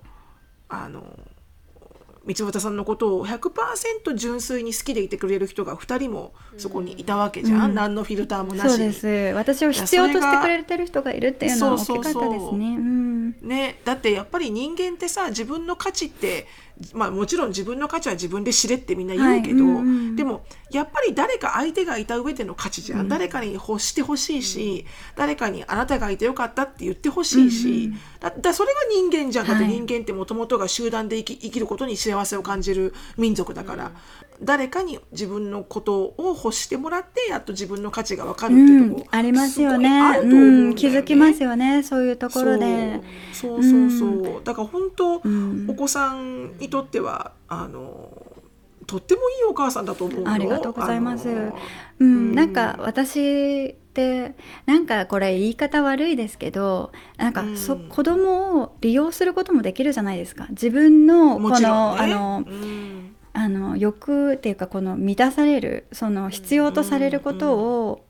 端さんのことを 100% 純粋に好きでいてくれる人が2人もそこにいたわけじゃん、何のフィルターもなしに。 そうです。私を必要としてくれてる人がいるっていうのは大きかったですね。 ね、だってやっぱり人間ってさ、自分の価値って、もちろん自分の価値は自分で知れってみんな言うけど、でもやっぱり誰か相手がいた上での価値じゃん、誰かに欲してほしいし、誰かにあなたがいてよかったって言ってほしいし、だそれが人間じゃん。だって人間ってもともとが集団で生きることに幸せを感じる民族だから、誰かに自分のことを欲してもらってやっと自分の価値が分かるっていうところ、 ありますよね。気づきますよね、そういうところで。 そうだから本当、お子さんにとってはとってもいいお母さんだと思うよ。 ありがとうございます。なんか私ってなんかこれ言い方悪いですけど、なんか子供を利用することもできるじゃないですか。自分のこの、欲っていうか、この満たされる、その必要とされることを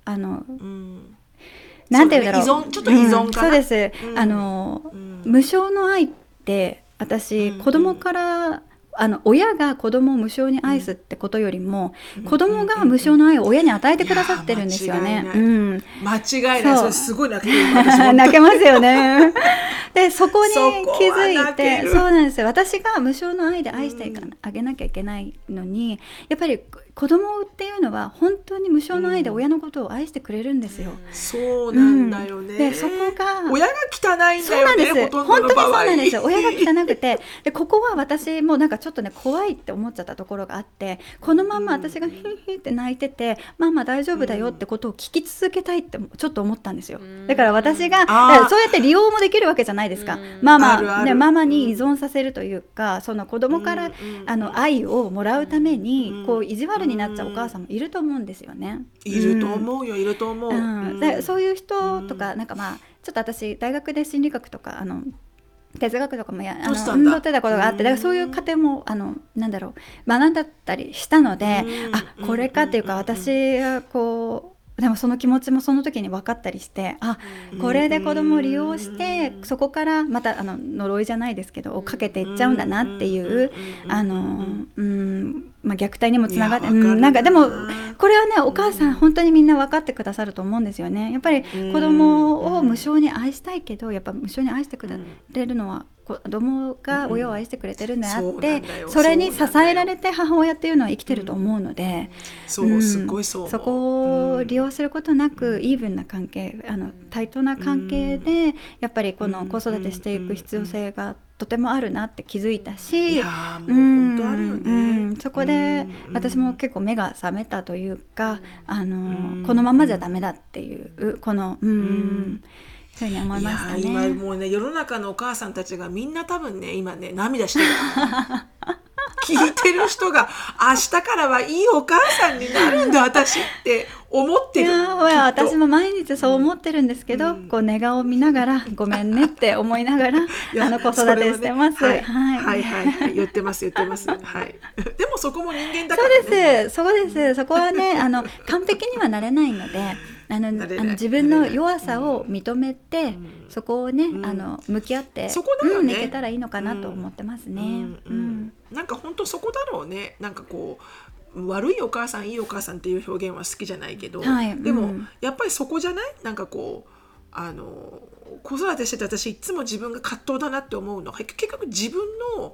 なんていうんだろう、 ちょっと依存かな。 そうです。無償の愛って私、子供から親が子供を無償に愛すってことよりも、子供が無償の愛を親に与えてくださってるんですよね。 間違いない。それすごい泣ける。 泣けますよね。でそこに気づいて、そうなんですよ。私が無償の愛で愛してあげなきゃいけないのに、やっぱり子供っていうのは本当に無償の愛で親のことを愛してくれるんですよ。 そうなんだよね。 でそこが親が汚いんだよね。ほとんどの場合。 本当にそうなんですよ。親が汚くて、でここは私もなんかちょっとね怖いって思っちゃったところがあって、このまま私がヒンヒンって泣いてて、ママ大丈夫だよってことを聞き続けたいってちょっと思ったんですよ。だから私がそうやって利用もできるわけじゃないですか。ママに依存させるというか、その子供から愛をもらうためにこう意地悪になっちゃうお母さんもいると思うんですよね。 いると思うよ、いると思う。 でそういう人とか、なんかちょっと私大学で心理学とか哲学とかも習ってたことがあって、だからそういう過程もなんだろう、学んだったりしたので、これかっていうか、私がこうでもその気持ちもその時に分かったりして、これで子供を利用してそこからまた呪いじゃないですけどをかけていっちゃうんだなっていう虐待にもつながって、なんかでもこれはね、お母さん本当にみんな分かってくださると思うんですよね。やっぱり子供を無償に愛したいけど、やっぱ無償に愛してくれるのは子供が親を愛してくれてるんであって、それに支えられて母親っていうのは生きてると思うので、すごいそこを利用することなく、イーブンな関係、対等な関係でやっぱりこの子育てしていく必要性がとてもあるなって気づいたし、 本当あるよね。 そこで私も結構目が覚めたというか、このままじゃダメだっていうこのそういうふうに思いましたね。 今もうね、世の中のお母さんたちがみんな多分ね、今ね涙してる聞いてる人が明日からはいいお母さんになるんだ私って思ってる。 私も毎日そう思ってるんですけど、こう寝顔を見ながらごめんねって思いながら子育てしてます。 はい言ってますはい。でもそこも人間だからね。 そうです。そこはね完璧にはなれないので、自分の弱さを認めて、そこをね向き合っていけたらいいのかなと思ってますね。 なんか本当そこだろうね。なんかこう悪いお母さんいいお母さんっていう表現は好きじゃないけど、でもやっぱりそこじゃない。なんかこう子育てしてて私いつも自分が葛藤だなって思うのは、結局自分の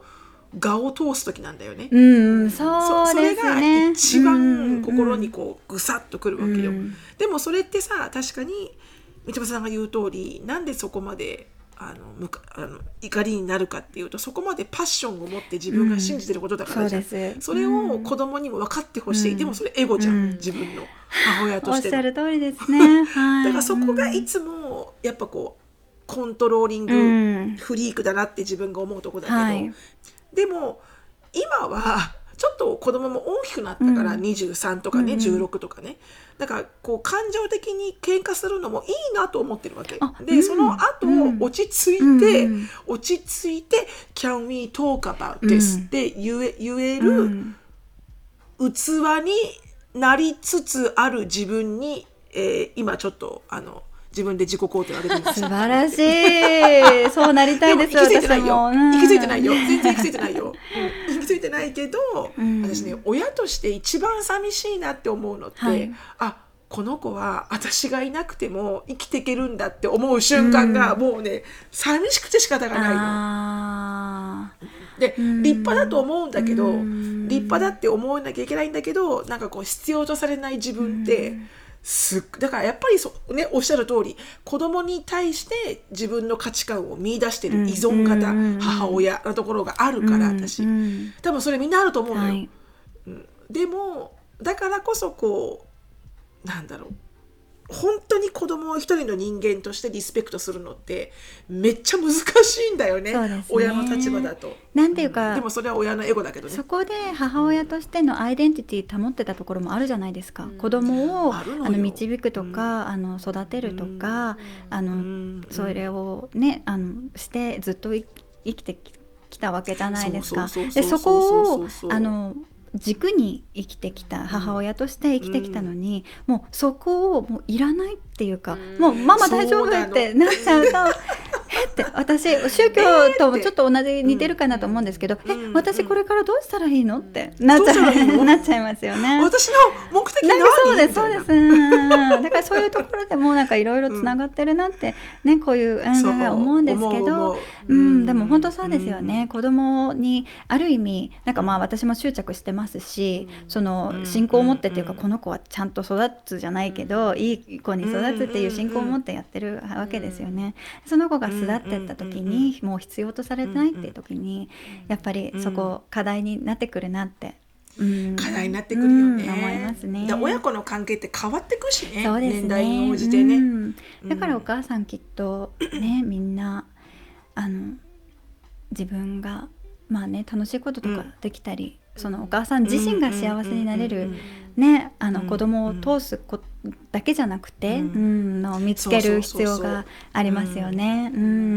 我を通す時なんだよね。 そうそれがですね。 一番心にこうぐさっとくるわけよ。 うん、 でもそれってさ、確かに道端さんが言う通り、なんでそこまで怒りになるかっていうと、そこまでパッションを持って自分が信じてることだからじゃん。 そうです。 それを子供にも分かってほしい。でもそれエゴじゃん、自分の母親としての。 おっしゃる通りですね。はい、 だからそこがいつもやっぱこうコントローリングフリークだなって自分が思うとこだけど、 はい、 でも今はちょっと子供も大きくなったから、23とかね、16とかね、だからこう感情的に喧嘩するのもいいなと思ってるわけで、その後、落ち着いて、Can we talk about this って言える器になりつつある自分に、今ちょっと自分で自己肯定を上げてみました。 素晴らしい。そうなりたいです。 行き着いてないよ。行き着いてないよ。全然行き着いてないよ。行き着いてないけど、私ね、親として一番寂しいなって思うのって、この子は私がいなくても生きていけるんだって思う瞬間が、もうね、寂しくて仕方がないの。で、立派だと思うんだけど、立派だって思わなきゃいけないんだけど、なんかこう必要とされない自分って、だからやっぱりおっしゃる通り、子供に対して自分の価値観を見出してる依存型、母親のところがあるから、私多分それみんなあると思うのよ、でもだからこそこうなんだろう、本当に子供を一人の人間としてリスペクトするのってめっちゃ難しいんだよね。親の立場だとなんていうか、 でもそれは親のエゴだけどね。 そこで母親としてのアイデンティティ保ってたところもあるじゃないですか、子供を導くとか、育てるとか、それをねしてずっと生きてきたわけじゃないですか。でそこを軸に生きてきた母親として生きてきたのに、もうそこをもういらないっていうか、もうママ大丈夫ってなっちゃうとって私宗教ともちょっと同じ似てるかなと思うんですけど、私これからどうしたらいいのってなっちゃいますよね。 私の目的何？ そうですそうです。だからそういうところでもなんかいろいろつながってるなってね、こういう思うんですけど、でも本当そうですよね。子供にある意味なんか私も執着してますし、その信仰を持ってっていうか、この子はちゃんと育つじゃないけどいい子に育つっていう信仰を持ってやってるわけですよね。その子が巣立ってった時にもう必要とされてないっていう時に、やっぱりそこ課題になってくるなって、 課題になってくるよね、 思いますね。 親子の関係って変わってくしね、 そうですね、 年代に応じてね、 だからお母さんきっとね、みんな自分が楽しいこととかできたり、そのお母さん自身が幸せになれるね、子供を通すだけじゃなくて、のを見つける必要がありますよね。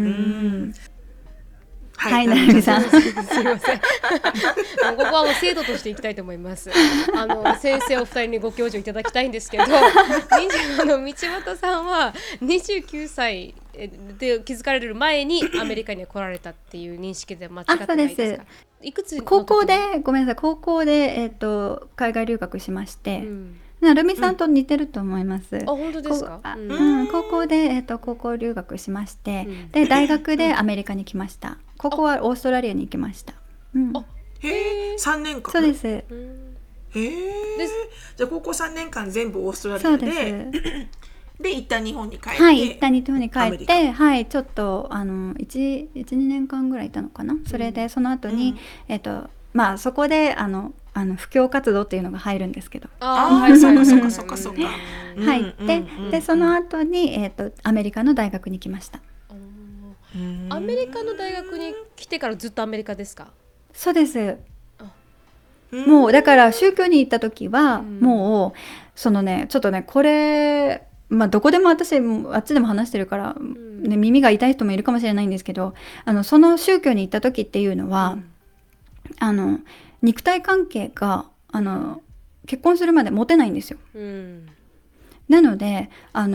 はい、なるみさん。 すいません。ここはもう制度としていきたいと思います。先生お二人にご教授いただきたいんですけど、道端さんは29歳で気づかれる前にアメリカに来られたっていう認識で間違ってないですか？いくつの時？ 高校で海外留学しまして。なるみさんと似てると思います。 本当ですか？ 高校で、高校留学しまして、で大学でアメリカに来ました。ここはオーストラリアに行きました。 へえ、3年間。 そうです。 へえ。じゃあ高校3年間全部オーストラリアで一旦日本に帰って、 一旦日本に帰って、ちょっと1、2年間ぐらいいたのかな。それでその後にそこで布教活動っていうのが入るんですけど、 そっか入ってでその後にアメリカの大学に来ました。 アメリカの大学に来てからずっとアメリカですか？ そうです。もうだから宗教に行った時はもうそのね、ちょっとねこれどこでも私あっちでも話してるから、耳が痛い人もいるかもしれないんですけど、その宗教に行った時っていうのは、肉体関係が結婚するまで持てないんですよ。なので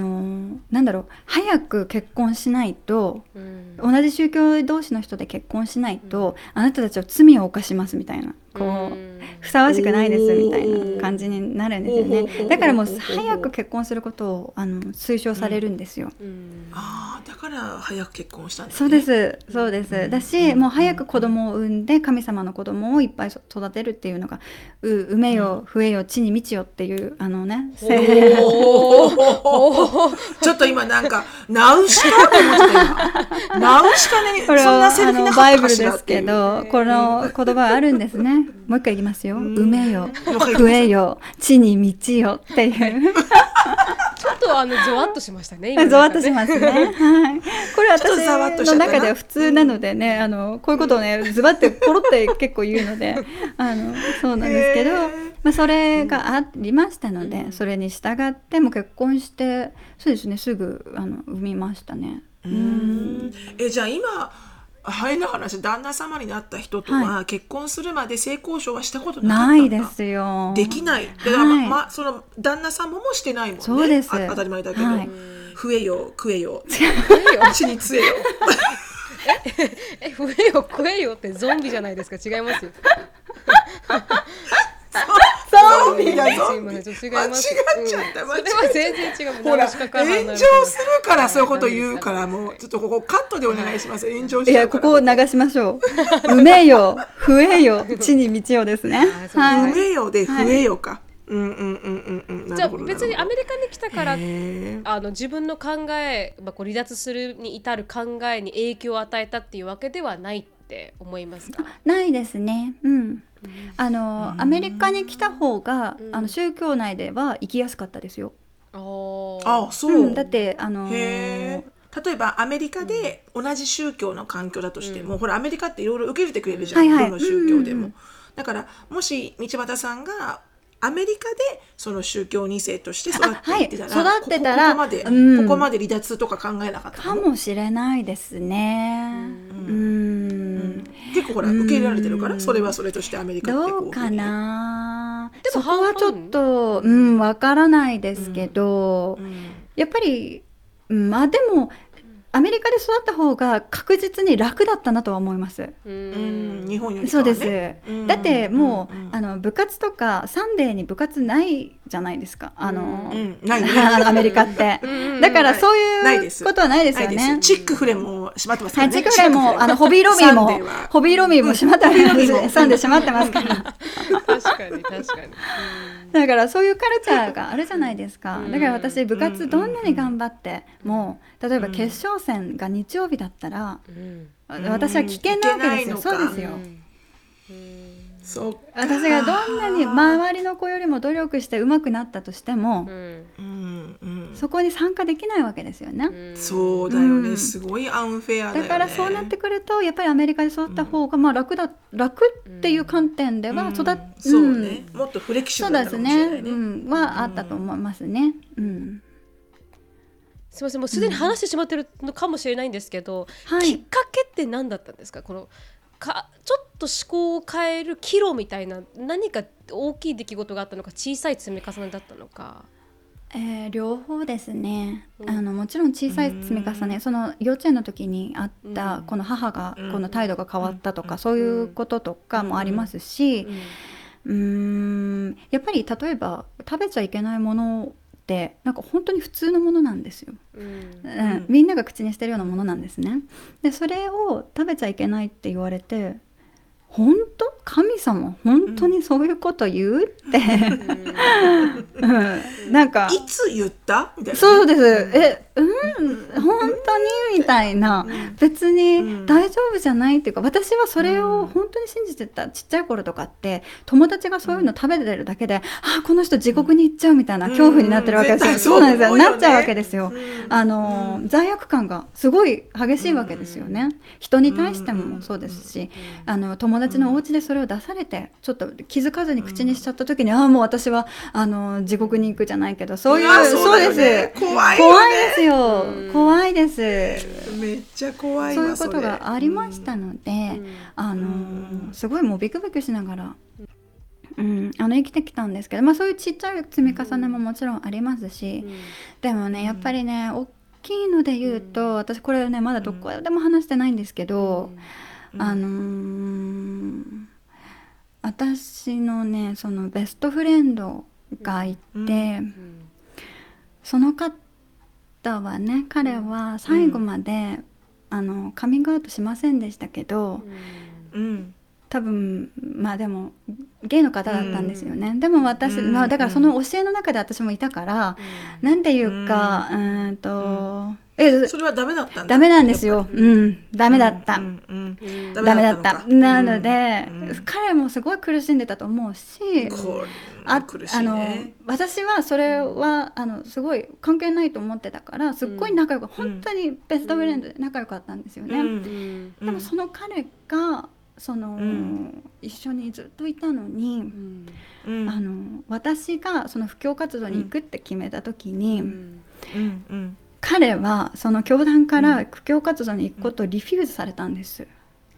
早く結婚しないと、同じ宗教同士の人で結婚しないと、あなたたちは罪を犯しますみたいな、 ふさわしくないですみたいな感じになるんですよね。だからもう早く結婚することを推奨されるんですよ。 ああ、だから早く結婚したんだね。 そうです、そうです。だし、もう早く子供を産んで神様の子供をいっぱい育てるっていうのが、産めよ増えよ地に満ちよっていうおーちょっと今なんかナウシカって思ってた今。ナウシカね、 これそんなセリフなかバイブルったかしですけらっていう。 ど、この言葉あるんですね。もう一回言いますよ。産めよもう一回言います増えよ地に満ちよっていうちょっとゾワッとしましたね。今ゾワッとしますね。はい。これちょっとざわっとしち私のゃったな中では普通なのでね、こういうことをね、ズバってポロって結構言うので、そうなんですけど、まあ、それがありましたので、それに従ってもう結婚して、そうですね、すぐ産みましたね。 じゃあ今変な話、旦那様になった人とは結婚するまで性交渉はしたことなかったんだ。 ないですよ。 できない。だから、その旦那様もしてないもんね。 そうです。 当たり前だけど、 はい増えよ食えよ地につえよ増えよ食えよってゾンビじゃないですか。違いますよ。 ゾンビだゾンビ。間違っ違いちゃますった。 それは全然違う。 ほらナウシカから離れて炎上するからそういうこと言うから、もうちょっとここカットでお願いします。炎上しいや、 ちゃうから。 ここを流しましょう。産めよ増えよ地に満ちよですね。はい。 増えよで増えよか。 じゃあ別にアメリカに来たから自分の考え、こう離脱するに至る考えに影響を与えたっていうわけではないって思いますか？ ないですね。アメリカに来た方が、宗教内では生きやすかったですよ。 あ、そう。 だって例えばアメリカで同じ宗教の環境だとしても、ほらアメリカっていろいろ受け入れてくれるじゃん、どの宗教でも。だからもし道端さんがアメリカでその宗教2世として育っていってたら、 育ってたらここまで離脱とか考えなかったかもしれないですね。 結構ほら受け入れられてるから、それはそれとしてアメリカってどうかな。 でもそこはちょっとわからないですけど、やっぱりまあでもアメリカで育った方が確実に楽だったなとは思います。 日本よりかはね。 そうです。だってもう部活とかサンデーに部活ないじゃないですか。アメリカって。だからそういうことはないですよね。 チックフレも閉まってますからね。 チックフレもホビーロビーも閉まってます。サンデー閉まってますから。 確かに。 だからそういうカルチャーがあるじゃないですか。だから私部活どんなに頑張っても例えば決勝戦が日曜日だったら、私は危険なわけですよ。そうですよ。私がどんなに周りの子よりも努力して上手くなったとしても、そこに参加できないわけですよね。 そうだよね。すごいアンフェアだよね。 だからそうなってくるとやっぱりアメリカで育った方が楽っていう観点ではそうね。もっとフレキシブルだったかもしれないね。 はあったと思いますね。 すみません、もうすでに話してしまってるのかもしれないんですけど、きっかけって何だったんですか？ちょっと思考を変える岐路みたいな何か大きい出来事があったのか、小さい積み重ねだったのか。 両方ですね。もちろん小さい積み重ね、その幼稚園の時にあったこの母がこの態度が変わったとか、そういうこととかもありますし、やっぱり例えば食べちゃいけないものってなんか本当に普通のものなんですよ。みんなが口にしてるようなものなんですね。でそれを食べちゃいけないって言われて、本当神様本当にそういうこと言うってなんかいつ言ったみたいな。 そうです。本当にみたいな、別に大丈夫じゃないっていうか、私はそれを本当に信じてた。ちっちゃい頃とかって友達がそういうの食べてるだけで、この人地獄に行っちゃうみたいな恐怖になってるわけですよ。そうなんですよ。なっちゃうわけですよ。罪悪感がすごい激しいわけですよね。人に対してもそうですし、友達のお家でそれを出されてちょっと気づかずに口にしちゃった時に、もう私は地獄に行くじゃないけど、そういう、そうです。怖いですよ。怖いです。 めっちゃ怖いそういうことがありましたので、すごいもうビクビクしながら生きてきたんですけど、そういうちっちゃい積み重ねももちろんありますし、でもねやっぱりね大きいので言うと、私これねまだどこでも話してないんですけど、 私のねそのベストフレンドがいて、 うんその方はね、彼は最後まで、カミングアウトしませんでしたけど、 うん多分まあでもゲイの方だったんですよね、でも私、まあ、だからその教えの中で私もいたから、なんていうか、 それはダメだったんだ。 ダメなんですよ。ダメだった。 ダダメだった。なので、 うん彼もすごい苦しんでたと思うし、 こあれ苦しいね。 私はそれはすごい関係ないと思ってたから、すっごい仲良く、本当にベストフレンドで仲良かったんですよね。でもその彼が一緒にずっといたのに、私がその布教活動に行くって決めた時に、彼はその教団から布教活動に行くことをリフューズされたんです。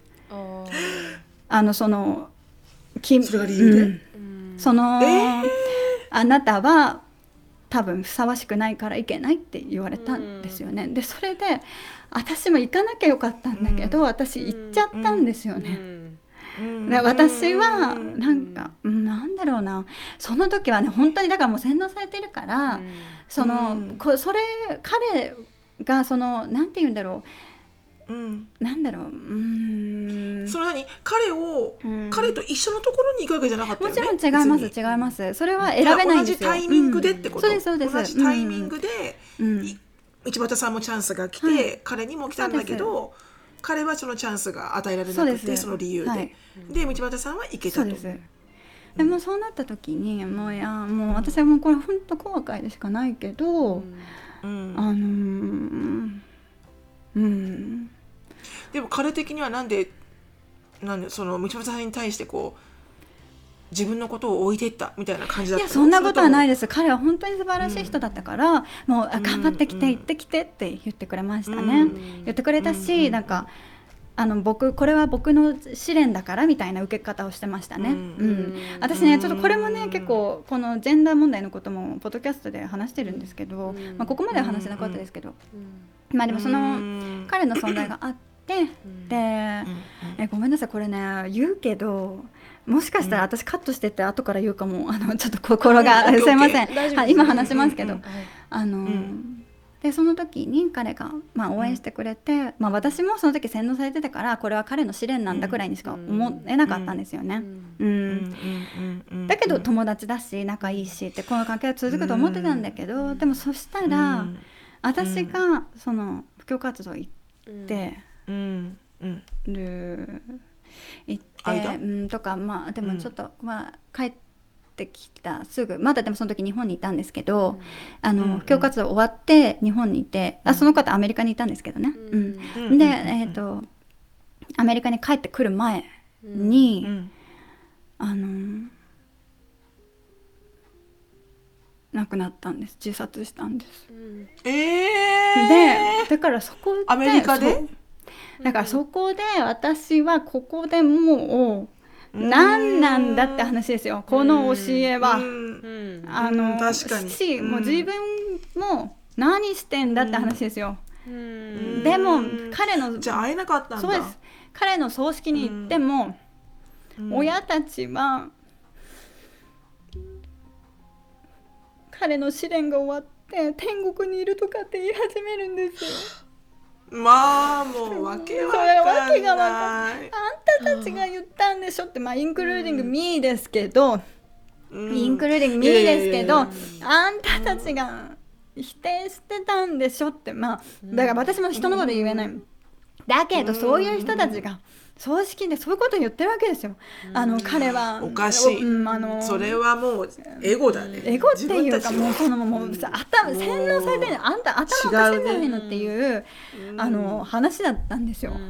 それが理由で、 あなたは多分ふさわしくないから行けないって言われたんですよね。でそれで私も行かなきゃよかったんだけど、私行っちゃったんですよね。で私はなんか、なんだろうな、その時はね本当にだからもう洗脳されてるから、それ彼がなんて言うんだろう、なんだろう、 それ彼と一緒のところに行くわけじゃなかったよね。 もちろん違います。それは選べないんですよ。 同じタイミングでってこと。 そうです同じタイミングで、道端さんもチャンスが来て、彼にも来たんだけど、彼はそのチャンスが与えられなくて、その理由で、で道端さんは行けたと。 そうです。でもそうなった時にもう私はもうこれ本当後悔でしかないけど、 でも彼的にはなんでその道端さんに対して自分のことを置いていったみたいな感じだったの？ いやそんなことはないです。彼は本当に素晴らしい人だったから、もう頑張ってきて、行ってきてって言ってくれましたね。言ってくれたし、なんかこれは僕の試練だからみたいな受け方をしてましたね。私ねちょっとこれもね結構このジェンダー問題のこともポッドキャストで話してるんですけど、ここまでは話せなかったですけど、まあでもその彼の存在があって、でごめんなさいこれね言うけど、もしかしたら私カットしてって後から言うかも、ちょっと心がすいません、今話しますけど、でその時に彼が、応援してくれて、私もその時洗脳されてたから、これは彼の試練なんだくらいにしか思えなかったんですよね。だけど友達だし仲いいしってこの関係は続くと思ってたんだけど、でもそしたら、私がその布教活動行ってとか、でもちょっと帰ってきたすぐ、まだでもその時日本にいたんですけど、布教活動終わって日本にいて、その方アメリカにいたんですけどね、でアメリカに帰ってくる前に、亡くなったんです。自殺したんです。でだからそこでアメリカで、 だからそこで私はここでもう何なんだって話ですよ、この教えは。 確かに、 もう自分も何してんだって話ですよ。でも彼のじゃあ会えなかったんだ。 そうです。彼の葬式に行っても、親たちは彼の試練が終わって天国にいるとかって言い始めるんですよ。 もう訳わかんない。 わけがわかんない。あんたたちが言ったんでしょって、インクルーディングミーですけど、インクルーディングミーですけど、あんたたちが否定してたんでしょって、だから私も人のこと言えない。だけどそういう人たちが葬式でそういうこと言ってるわけですよ。彼はおかしい、それはもうエゴだね。 エゴっていうか、もう洗脳されてるの、あんた頭おかしいんじゃないのっていう話だったんですよ。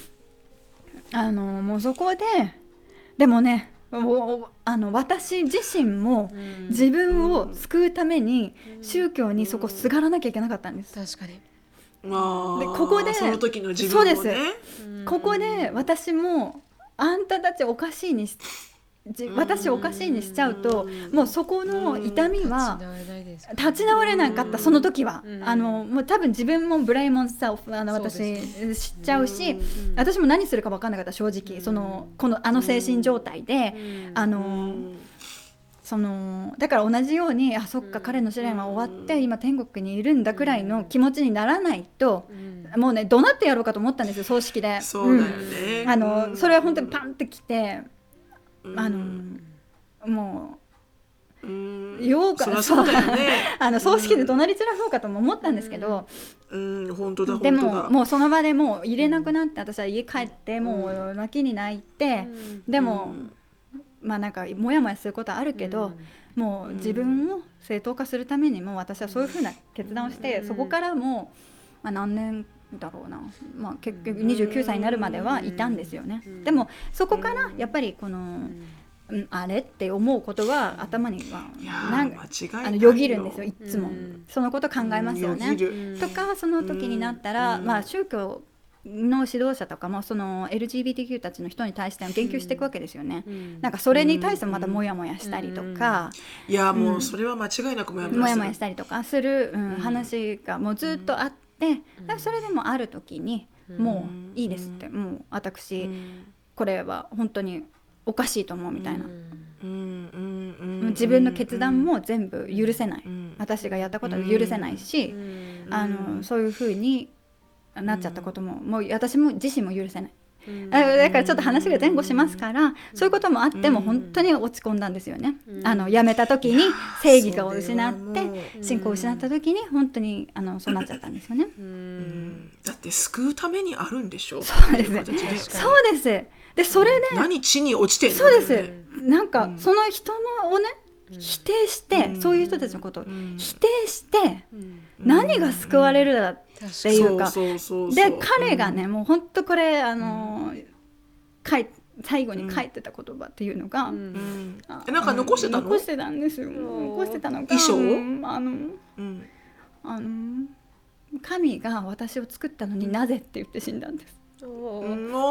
もうそこででもね、私自身も自分を救うために宗教にそこすがらなきゃいけなかったんです。 確かに。 でここでその時の自分をね、 そうです。ここで私もあんたたちおかしいに私をおかしいにしちゃうと、もうそこの痛みは立ち直れなかった、その時は。もう多分自分もブレイモンセルフ、私知っちゃうし、私も何するか分かんなかった、正直。この精神状態で、だから同じように、あ、そっか、彼の試練は終わって今天国にいるんだくらいの気持ちにならないと、もうね、怒鳴ってやろうかと思ったんですよ、葬式で。 そうだよね。 それは本当にパンってきて、もう言おうか、 そうだよね。 葬式で怒鳴り散らそうかとも思ったんですけど、 本当だでももうその場でもう入れなくなって、私は家帰ってもう泣きに泣いて、でもまあなんかモヤモヤすることはあるけど、もう自分を正当化するためにも私はそういうふうな決断をして、そこからも何年だろうな、結局29歳になるまではいたんですよね。でもそこからやっぱりこのあれって思うことは頭にはよぎるんですよ、いつも。そのこと考えますよね。とか、その時になったら、宗教の指導者とかもその LGBTQ たちの人に対して言及していくわけですよね。なんかそれに対してもまたモヤモヤしたりとか、 いやもうそれは間違いなくモヤモヤしたりとかする話がもうずっとあって、それでもある時にもういいですって、もう私これは本当におかしいと思うみたいな、自分の決断も全部許せない、私がやったことは許せないし、そういう風になっちゃったことも、もう私も自身も許せない。だからちょっと話が前後しますから、そういうこともあっても本当に落ち込んだんですよね。辞めた時に正義を失って信仰を失った時に本当にそうなっちゃったんですよね。 だって救うためにあるんでしょ。 そうです、そうです。でそれで何地に落ちてんの、 そうです。なんかその人のをね否定して、そういう人たちのことを否定して、何が救われるだっていうか、で彼がね、もう本当これ最後に書いてた言葉っていうのが、 なんか残してたの？ 残してたんですよ。残してたのが衣装？ 神が私を作ったのになぜって言って死んだんです。 もう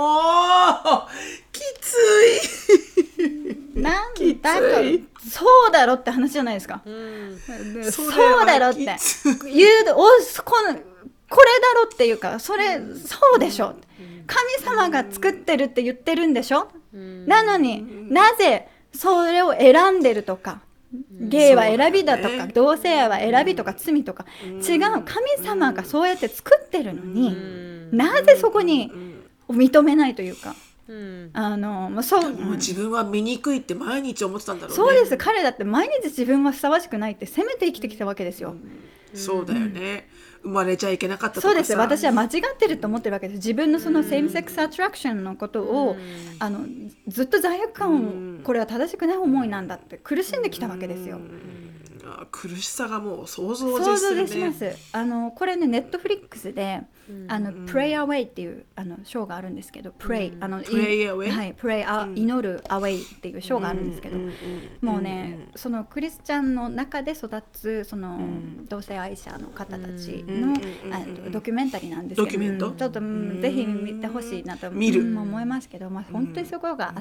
きつい。 なんだかそうだろって話じゃないですか。そうだろって言うこれだろっていうか、そうでしょ。神様が作ってるって言ってるんでしょ。なのになぜそれを選んでるとか、ゲイは選びだとか、同性愛は選びとか罪とか、違う、神様がそうやって作ってるのに、なぜそこに認めないというか、もう自分は醜いって毎日思ってたんだろうね。 そうです。彼だって毎日自分はふさわしくないって責めて生きてきたわけですよ。 そうだよね。生まれちゃいけなかったとかさ。 そうです。私は間違ってると思ってるわけです。自分のそのセームセックスアトラクションのことをずっと罪悪感を、これは正しくない思いなんだって苦しんできたわけですよ。 苦しさがもう想像を絶するね。 想像でします。これね、ネットフリックスでPray Away っていうショーがあるんですけど、Pray Away、はい、Pray 祈る Away っていうショーがあるんですけど、もうね、そのクリスチャンの中で育つその同性愛者の方たちのドキュメンタリーなんですけど、ちょっとぜひ見てほしいなと思いますけど、本当にそういうことがあって、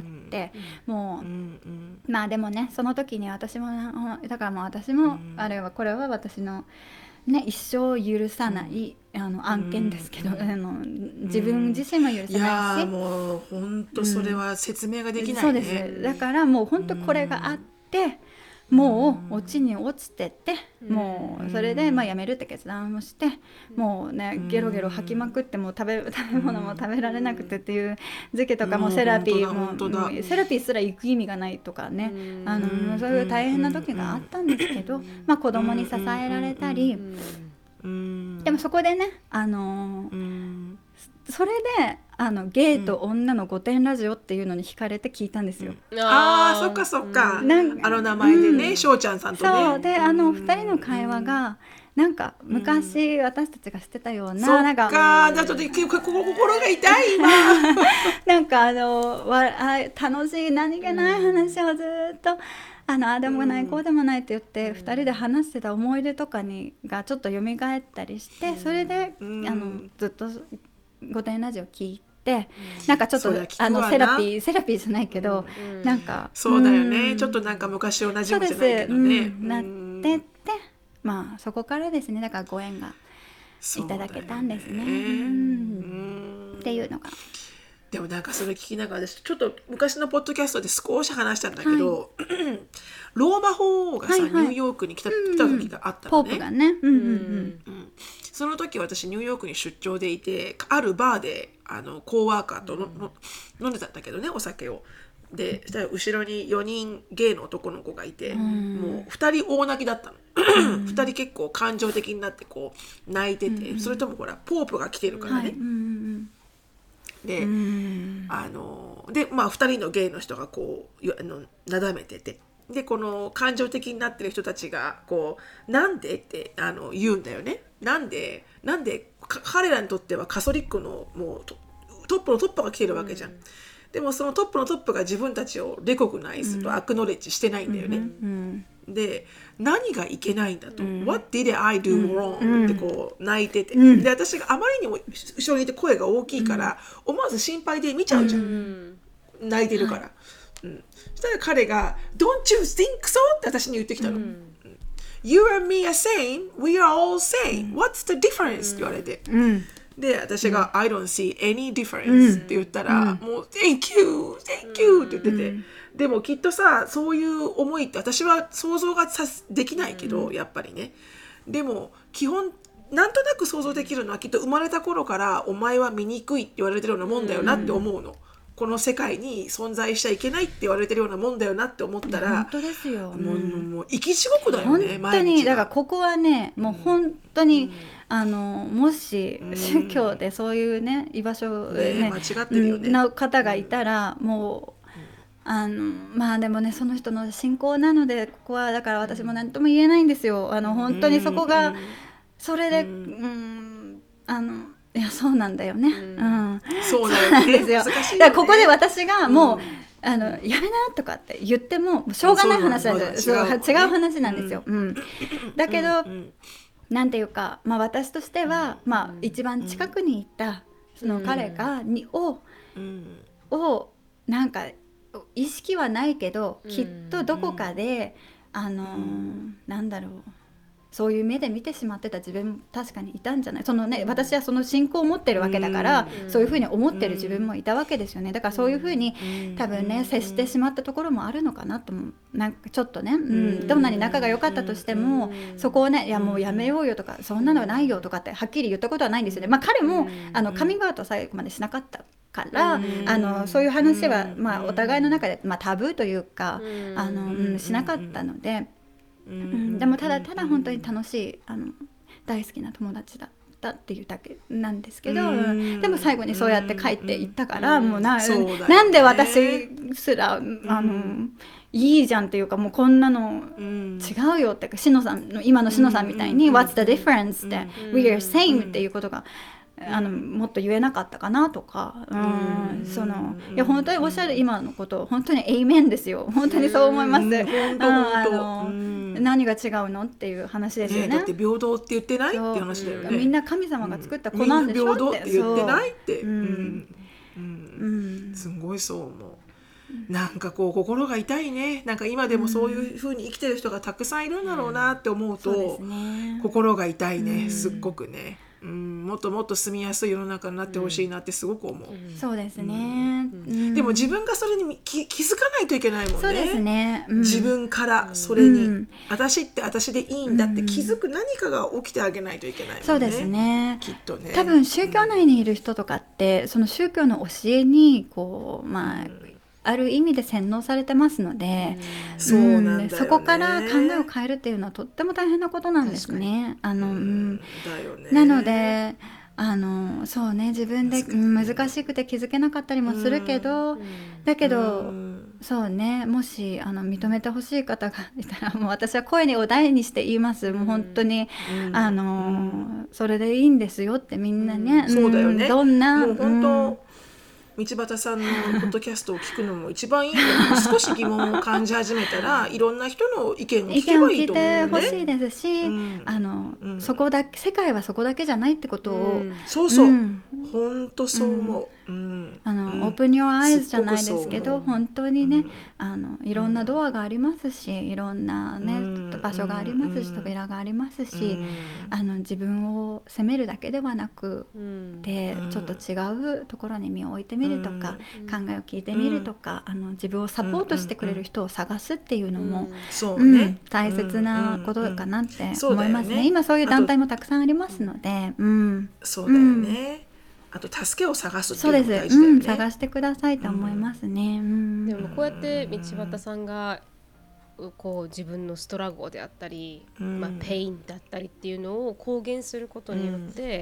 もうまあでもね、その時に私もだからもう私もこれは私のね、一生許さない案件ですけど、自分自身も許さないし、 もう本当それは説明ができないね。 そうです。だからもう本当これがあって、もう落ちに落ちてて、もうそれで辞めるって決断をして、もうねゲロゲロ吐きまくって、もう食べ物も食べられなくてっていう時期とか、もセラピーすら行く意味がないとかね、そういう大変な時があったんですけど、子供に支えられたり、でもそこでねそれでゲイと女の御殿ラジオっていうのに惹かれて聞いたんですよ。 そっかそっか、名前でね、しょうちゃんさんとね。 そうで、2人の会話がなんか昔私たちがしてたような、 なんかだと心が痛い今なんか楽しい何気ない話をずっとあでもないこうでもないって言って2人で話してた思い出とかがちょっと蘇ったりして、それでずっと御殿ラジオ聞いて、 て、なんかちょっとそりゃ聞くわなセラピーじゃないけど、なんかそうだよね、ちょっとなんか昔同じもじゃないけどね、 なってって、まあそこからですね、だからご縁がいただけたんですね。っていうのが。 でもなんかそれ聞きながら私ちょっと昔のポッドキャストで少し話したんだけど、ローマ法王がさ、ニューヨークに来た時があったのね、 ポープがね、 その時私ニューヨークに出張でいて、あるバーでコーワーカーと飲んでたんだけどね、お酒を。でそしたら後ろに4人ゲイの男の子がいて、もう2人大泣きだったの2人結構感情的になってこう泣いてて、それともほらポープが来てるからね、で、まあ2人のゲイの人がこうなだめてて、でこの感情的になってる人たちがこうなんでって言うんだよね。なんで彼らにとってはカソリックのもうトップのトップが来てるわけじゃん。でもそのトップのトップが自分たちをレコグナイズとアクノレッジしてないんだよね。で何がいけないんだと、What did I do wrong? ってこう泣いてて、で私があまりにも後ろにいて声が大きいから、思わず心配で見ちゃうじゃん、泣いてるから、そしたら彼が Don't you think so? って私に言ってきたの、You and me are sane, we are all sane, what's the difference? って言われて、で私が、I don't see any difference って言ったら、もう Thank you, thank you って言ってて、でもきっとさ、そういう思いって私は想像ができないけど、やっぱりね。でも基本なんとなく想像できるのは、きっと生まれた頃からお前は醜いって言われてるようなもんだよなって思うの。この世界に存在しちゃいけないって言われてるようなもんだよなって思ったら、 本当ですよ、 もう生き地獄だよね。 本当にだからここはね、もう本当に、もし宗教でそういうね居場所、 間違ってるよねの方がいたら、もうまあでもね、その人の信仰なので、ここはだから私も何とも言えないんですよ。本当にそこがそれで、いやそうなんだよね、 そうなんですよ。 だからここで私がもう、やめなとかって言ってもしょうがない話なんですよ。違う話なんですよ。だけど、なんていうか、まあ、私としては、まあ、一番近くにいたその彼がをなんか意識はないけど、きっとどこかでなんだろう、そういう目で見てしまってた自分も確かにいたんじゃない。そのね、私はその信仰を持ってるわけだから、そういうふうに思ってる自分もいたわけですよね。だからそういうふうに多分ね、接してしまったところもあるのかなとも、なんかちょっとね、どんなに仲が良かったとしても、そこをね、いやもうやめようよとか、そんなのはないよとかってはっきり言ったことはないんですよね。まあ彼もカミングアウト最後までしなかったから、そういう話は、まあ、お互いの中で、まあ、タブーというか、しなかったので、でもただ本当に楽しい大好きな友達だったっていうだけなんですけど、でも最後にそうやって帰っていったから、もうなんで私すらいいじゃんっていうか、もうこんなの違うよってか、しのさんの今のしのさんみたいに What's the difference って We are same っていうことがもっと言えなかったかなとか、いや本当におっしゃる今のこと本当にエイメンですよ。本当にそう思います。何が違うのっていう話ですよね。 だって平等って言ってないって話だよね。 みんな神様が作った子なんでしょって。 みんな平等って言ってないって。すごいそう思う。なんかこう心が痛いね。なんか今でもそういう風に生きてる人がたくさんいるんだろうなって思うと、心が痛いね。すっごくね。もっともっと住みやすい世の中になってほしいなってすごく思う。 そうですね。 でも自分がそれに気づかないといけないもんね。 そうですね。 自分からそれに、私って私でいいんだって気づく何かが起きてあげないといけないもんね。 そうですね。 きっとね。 多分宗教内にいる人とかってその宗教の教えにこうある意味で洗脳されてますので、 そうなんだよね。 そこから考えを変えるっていうのはとっても大変なことなんですね。だよね。なのでそうね、自分で、難しくて気づけなかったりもするけど、だけど、そうね、もし認めてほしい方がいたら、もう私は声にお大にして言います。もう本当に、それでいいんですよってみんなね、 そうだよね。 どんなもう本当、道端さんのポッドキャストを聞くのも一番いいよ。少し疑問を感じ始めたらいろんな人の意見を聞けばいいと思うね。 意見を聞いてほしいですし、そこだけ、世界はそこだけじゃないってことを、 そう、本当そう思う。 オープンニュアアイズじゃないですけど、 すっごくそう本当にね、いろんなドアがありますし、いろんなね、場所がありますし、扉がありますし、自分を責めるだけではなく、でちょっと違うところに身を置いてみるとか、考えを聞いてみるとか、自分をサポートしてくれる人を探すっていうのも、 そうね、 大切なことかなって思いますね。 そうだよね。 今そういう団体もたくさんありますので、 そうだよね。あと助けを探すってそいううのもです、 大事だよね。 探してくださいと思いますね。 でもこうやって道端さんがこう自分のストラゴであったり、ペインだったりっていうのを公言することによって、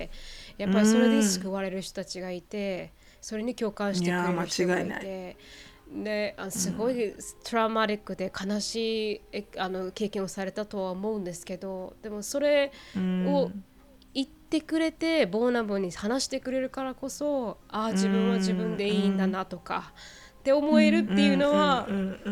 やっぱりそれで救われる人たちがいて、それに共感してくれる人がいて、ですごいトラウマティックで悲しい経験をされたとは思うんですけど、でもそれを言ってくれてボーナブに話してくれるからこそ、自分は自分でいいんだなとかって思えるっていうのは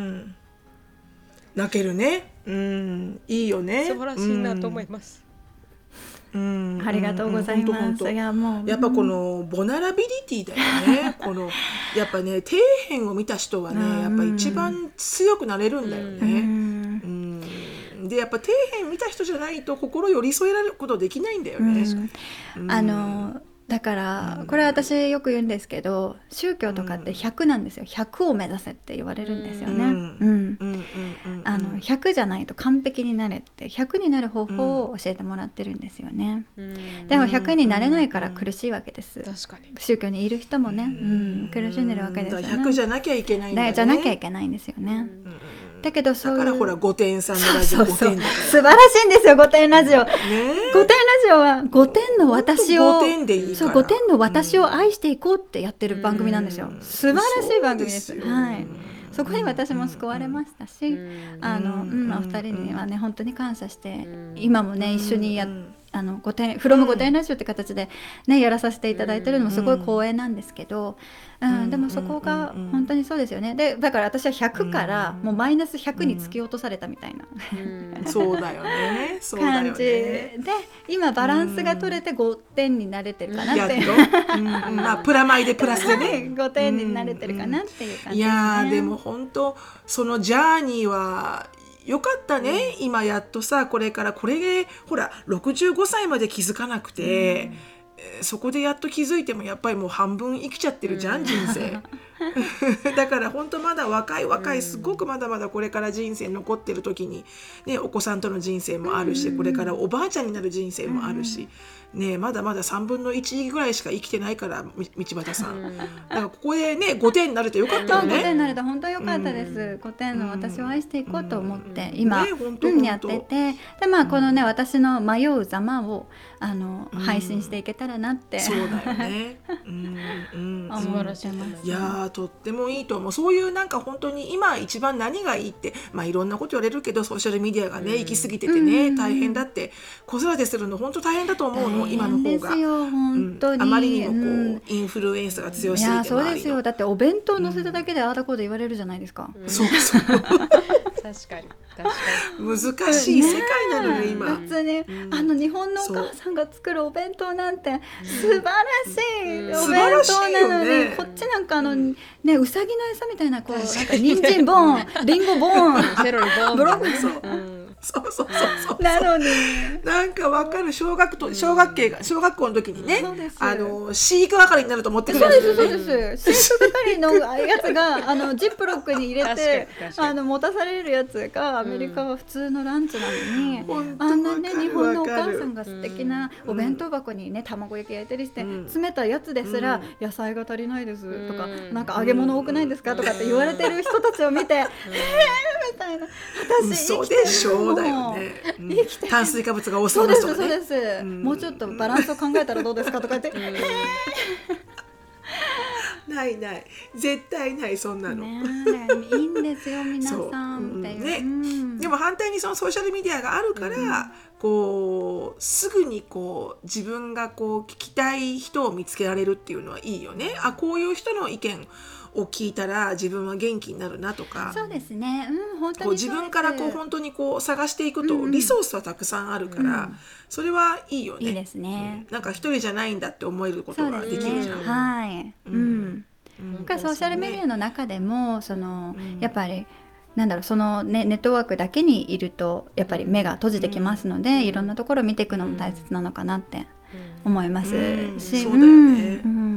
泣けるね。いいよね。 素晴らしいなと思います。 ありがとうございます。いやもうやっぱこのボナラビリティだよね。このやっぱね、底辺を見た人はね、やっぱ一番強くなれるんだよね。でやっぱ底辺見た人じゃないと心寄り添えられることできないんだよね。 だからこれは私よく言うんですけど、宗教とかって100なんですよ。100を目指せって言われるんですよね。100じゃないと完璧になれって、100になる方法を教えてもらってるんですよね。でも100になれないから苦しいわけです。 確かに宗教にいる人もね、苦しんでるわけですよね。 100じゃなきゃいけないんだよね。 じゃなきゃいけないんですよね。だけどそういう、 だからほら御殿さんのラジオ、 素晴らしいんですよ、御殿ラジオ。御殿ラジオは御殿の私を、御殿の私を愛していこうってやってる番組なんですよ。素晴らしい番組です。はい。そこに私も救われましたし、お二人にはね本当に感謝して、今もね一緒にフロム御殿ラジオって形でねやらさせていただいてるのもすごい光栄なんですけど、でもそこが本当にそうですよね。でだから私は100からもうマイナス100に突き落とされたみたいなそうだよね、 感じで、今バランスが取れて5点になれてるかなって、 プラマイでプラスでね 5点になれてるかなっていう感じですね。 いやでも本当そのジャーニーはよかったね。今やっとさ、これからこれでほら65歳まで気づかなくて、そこでやっと気づいてもやっぱりもう半分生きちゃってるじゃん、人生だから本当まだ若いすごくまだまだこれから人生残ってる時に、ね、お子さんとの人生もあるし、これからおばあちゃんになる人生もあるし、ね、まだまだ3分の1ぐらいしか生きてないから道端さん、だからここでね5点になれてよかったよね。 5点になれて本当よかったです。5点の私を愛していこうと思って今、やってて、でこのね私の迷うざまを配信していけたらなって、 そうだよね素晴らしいです。 いやとってもいいと思う。そういうなんか本当に今一番何がいいって、いろんなこと言われるけどソーシャルメディアがね行き過ぎててね、大変だって、子育てするの本当大変だと思うの、今の方が。 本当にあまりにもインフルエンスが強すぎて、 いやそうですよ。だってお弁当乗せただけでああだこうで言われるじゃないですか。 そう確かに難しい世界なのよ今。 別に日本のお母さんが作るお弁当なんて素晴らしいお弁当なのに、こっちなんかうさぎの餌みたいななんか人参ボーン、リンゴボーン、 セロリボーン、 ブロッコリーそうなのになんかわかる。小学校の時にね、飼育係になると思ってくる。 そうです飼育係のやつがジップロックに入れて持たされるやつがアメリカは普通のランチなのに、あんなね日本のお母さんが素敵なお弁当箱にね卵焼き焼いたりして詰めたやつですら、野菜が足りないですとか、なんか揚げ物多くないですかとかって言われてる人たちを見てみたいな、私嘘でしょだよね、炭水化物が多そうな人がね、 そうです、もうちょっとバランスを考えたらどうですかとか言ってない絶対ないそんなの、 いいんですよ皆さんっていう、 でも反対にそのソーシャルメディアがあるから、こうすぐにこう自分がこう聞きたい人を見つけられるっていうのはいいよね。こういう人の意見を聞いたら自分は元気になるなとか、 そうですね、本当にこう自分からこう本当にこう探していくと、リソースはたくさんあるから、それはいいよね。 いいですね、 なんか一人じゃないんだって思えることができるじゃん。 はい、 だからソーシャルメディアの中でもやっぱりなんだろうネットワークだけにいるとやっぱり目が閉じてきますので、いろんなところを見ていくのも大切なのかなって思いますし、 そうだよね。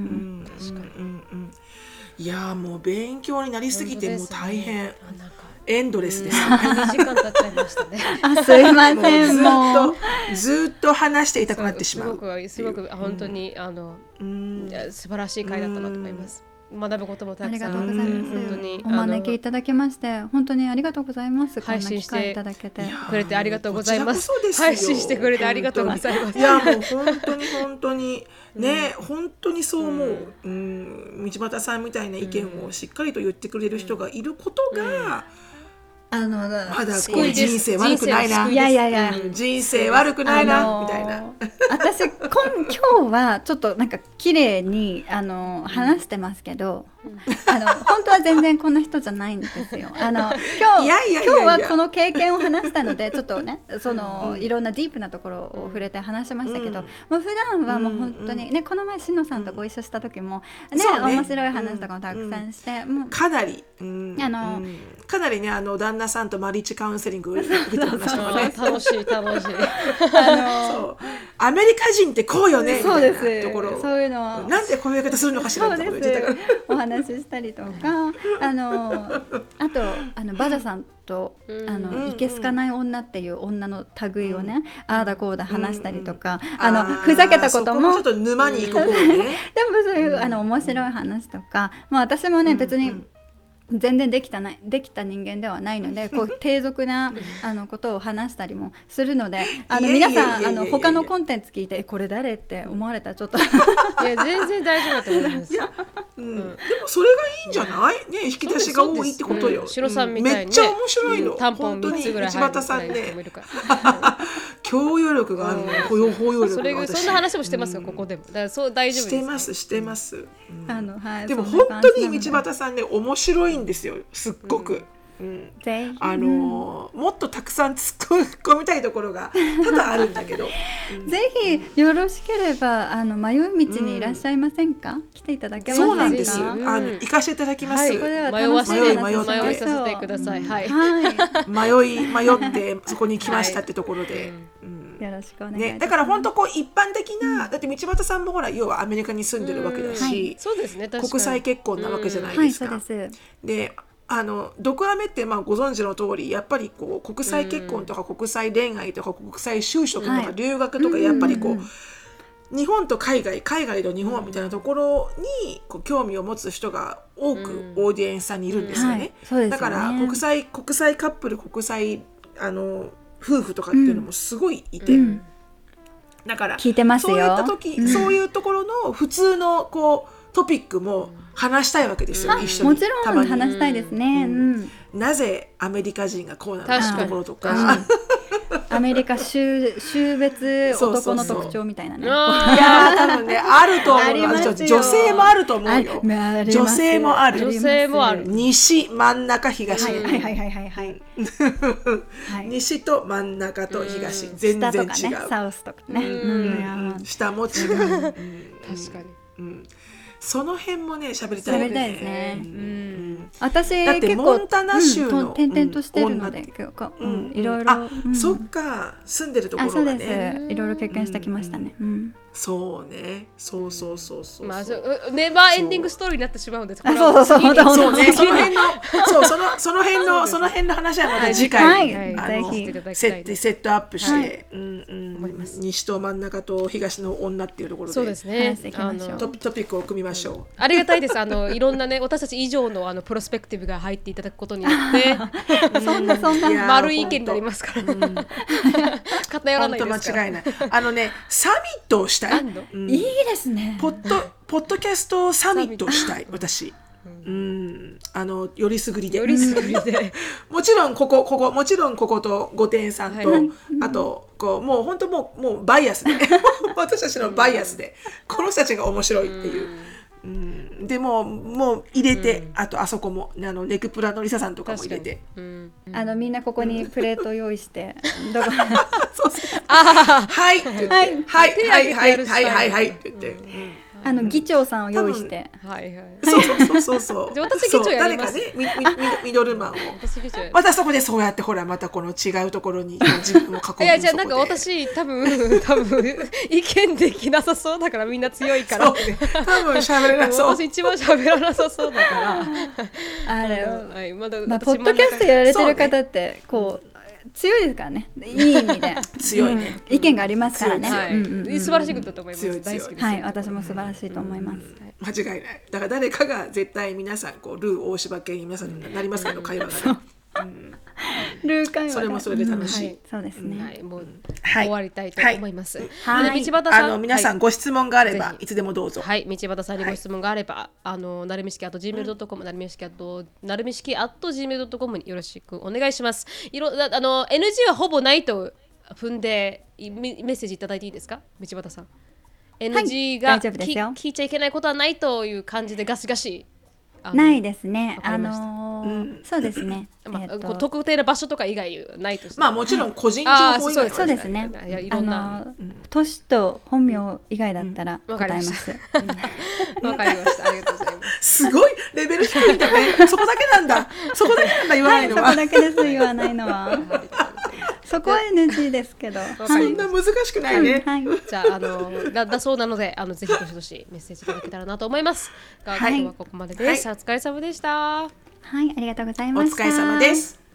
いやもう勉強になりすぎてもう大変、エンドレスです。 2時間経っちゃいましたね。 すいません、もうずっと話していたくなってしまう。 すごく本当に素晴らしい回だったなと思います。学ぶこともたくさん。ありがとうございます。本当にお招きいただきまして本当にありがとうございます。 配信していただけてくれてありがとうございます。配信してくれてありがとうございます。 いやもう本当にね、本当にそう思う。道端さんみたいな意見をしっかりと言ってくれる人がいることが、まだこう人生悪くないな、人生悪くないなみたいな。 私今日はちょっとなんか綺麗に話してますけど、本当は全然こんな人じゃないんですよ。今日はこの経験を話したのでちょっとねいろんなディープなところを触れて話しましたけど、もう普段はもう本当にね、この前しのさんとご一緒した時もね、面白い話とかもたくさんして、 かなりかなりね旦那さんとマリッジカウンセリング受けてましたもんね。 楽しいそうアメリカ人ってこうよねみたいなところ、 そういうのなんでこういう方するのかしらって言ってたからお話ししたりとかあとバジャさんといけすかない女っていう女の類をね、ああだこうだ話したりとか、ふざけたこともちょっと沼に行こうね。 でもそういう面白い話とか、私もね別に全然できた人間ではないので、こう低俗なことを話したりもするので、皆さん他のコンテンツ聞いてこれ誰って思われたらちょっといや全然大丈夫だと思います。 でもそれがいいんじゃないね、引き出しが多いってことよ。 シロさんみたいにめっちゃ面白いの。 タンポン3つぐらい入る道端さんね教養力があるの。包容力が。 そんな話もしてますよここでも。だからそう大丈夫です。 してます。でも本当に道端さんね面白いんですよ、すっごく。もっとたくさん突っ込みたいところが多々あるんだけど、 ぜひよろしければ迷い道にいらっしゃいませんか？来ていただけませんか？ そうなんですよ。行かせていただきます。 迷わさせてください。 迷ってそこに来ましたってところで。 よろしくお願いします。 だから本当こう一般的な、だって道端さんもほら要はアメリカに住んでるわけだし、国際結婚なわけじゃないですか。で毒アメってご存知の通りやっぱりこう国際結婚とか国際恋愛とか国際就職とか留学とかやっぱりこう日本と海外と日本みたいなところにこう興味を持つ人が多くオーディエンスさんにいるんですよね。だから国際カップル国際夫婦とかっていうのもすごいいて、だから聞いてますよ。 そういった時、そういうところの普通のこうトピックも話したいわけですよ、一緒に。 もちろん話したいですね。 なぜアメリカ人がこうなのかってところとか、 アメリカ州別男の特徴みたいなね。いや多分ねあると思う。女性もあると思うよ。女性もある。西真ん中東。西と真ん中と東全然違う。 サウスとかね。 下も違う。 確かに。その辺もね喋りたいですね。私だってモンタナ州の転々としてるのでいろいろ。 そっか住んでるところがね。 いろいろ経験してきましたね。 そうね。そう。 ネバーエンディングストーリーになってしまうんです。 そうね。 その辺の話はまた次回セットアップして西と真ん中と東の女っていうところでそうですね。 トピックを組みましょう。 ありがたいです。いろんなね私たち以上のプロスペクティブが入っていただくことによってそんな丸い意見になりますから偏らないですから。 本当間違いない。サミットをしたい。 いいですね。 ポッドキャストサミットをしたい私。よりすぐりでもちろんここと御殿さんと、あとこうもう本当もうバイアスで私たちのバイアスでこの人たちが面白いっていう。でもう入れて、あとあそこもネクプラのリサさんとかも入れて、 みんなここにプレート用意してはいって言ってはいって言って議長さんを用意して。 はいはい。 そうで私議長やります。 誰かねミドルマンを。 私議長やります。 またそこでそうやってほらまたこの違うところに自分を囲む。 いやじゃあなんか私多分意見できなさそうだからみんな強いから。 多分喋れなそう。 私一番喋らなさそうだから。 あれはいまあポッドキャストやられてる方ってこう。強いですからね。いい意味で強いね。 意見がありますからね。 素晴らしいことだと思います。 大好きです。 はい、私も素晴らしいと思います。 間違いない。だから誰かが絶対皆さんこうルー大柴系に皆さんになりますけど会話がね。 ルー会話それもそれで楽しい。 そうですね。 はいもう終わりたいと思います。 道端さん皆さんご質問があればいつでもどうぞ。 はい道端さんにご質問があればなるみしき@gmail.com なるみしき@gmail.com によろしくお願いします。NG はほぼないと踏んでメッセージいただいていいですか道端さん。NG が聞いちゃいけないことはないという感じでガシガシ。 ないですね。そうですね。 特定の場所とか以外ないとして。 まあもちろん個人情報以外はそうですね。 いろんな年と本名以外だったら答えます。 わかりました。ありがとうございます。 すごいレベル低いんだね。そこだけなんだ言わないのは。 そこだけです言わないのは。そこは NG ですけど、 そんな難しくないね。 じゃあだそうなのでぜひどしどしメッセージいただけたらなと思います。今日はここまでです。お疲れ様でした。 はい、ありがとうございました。 お疲れ様です。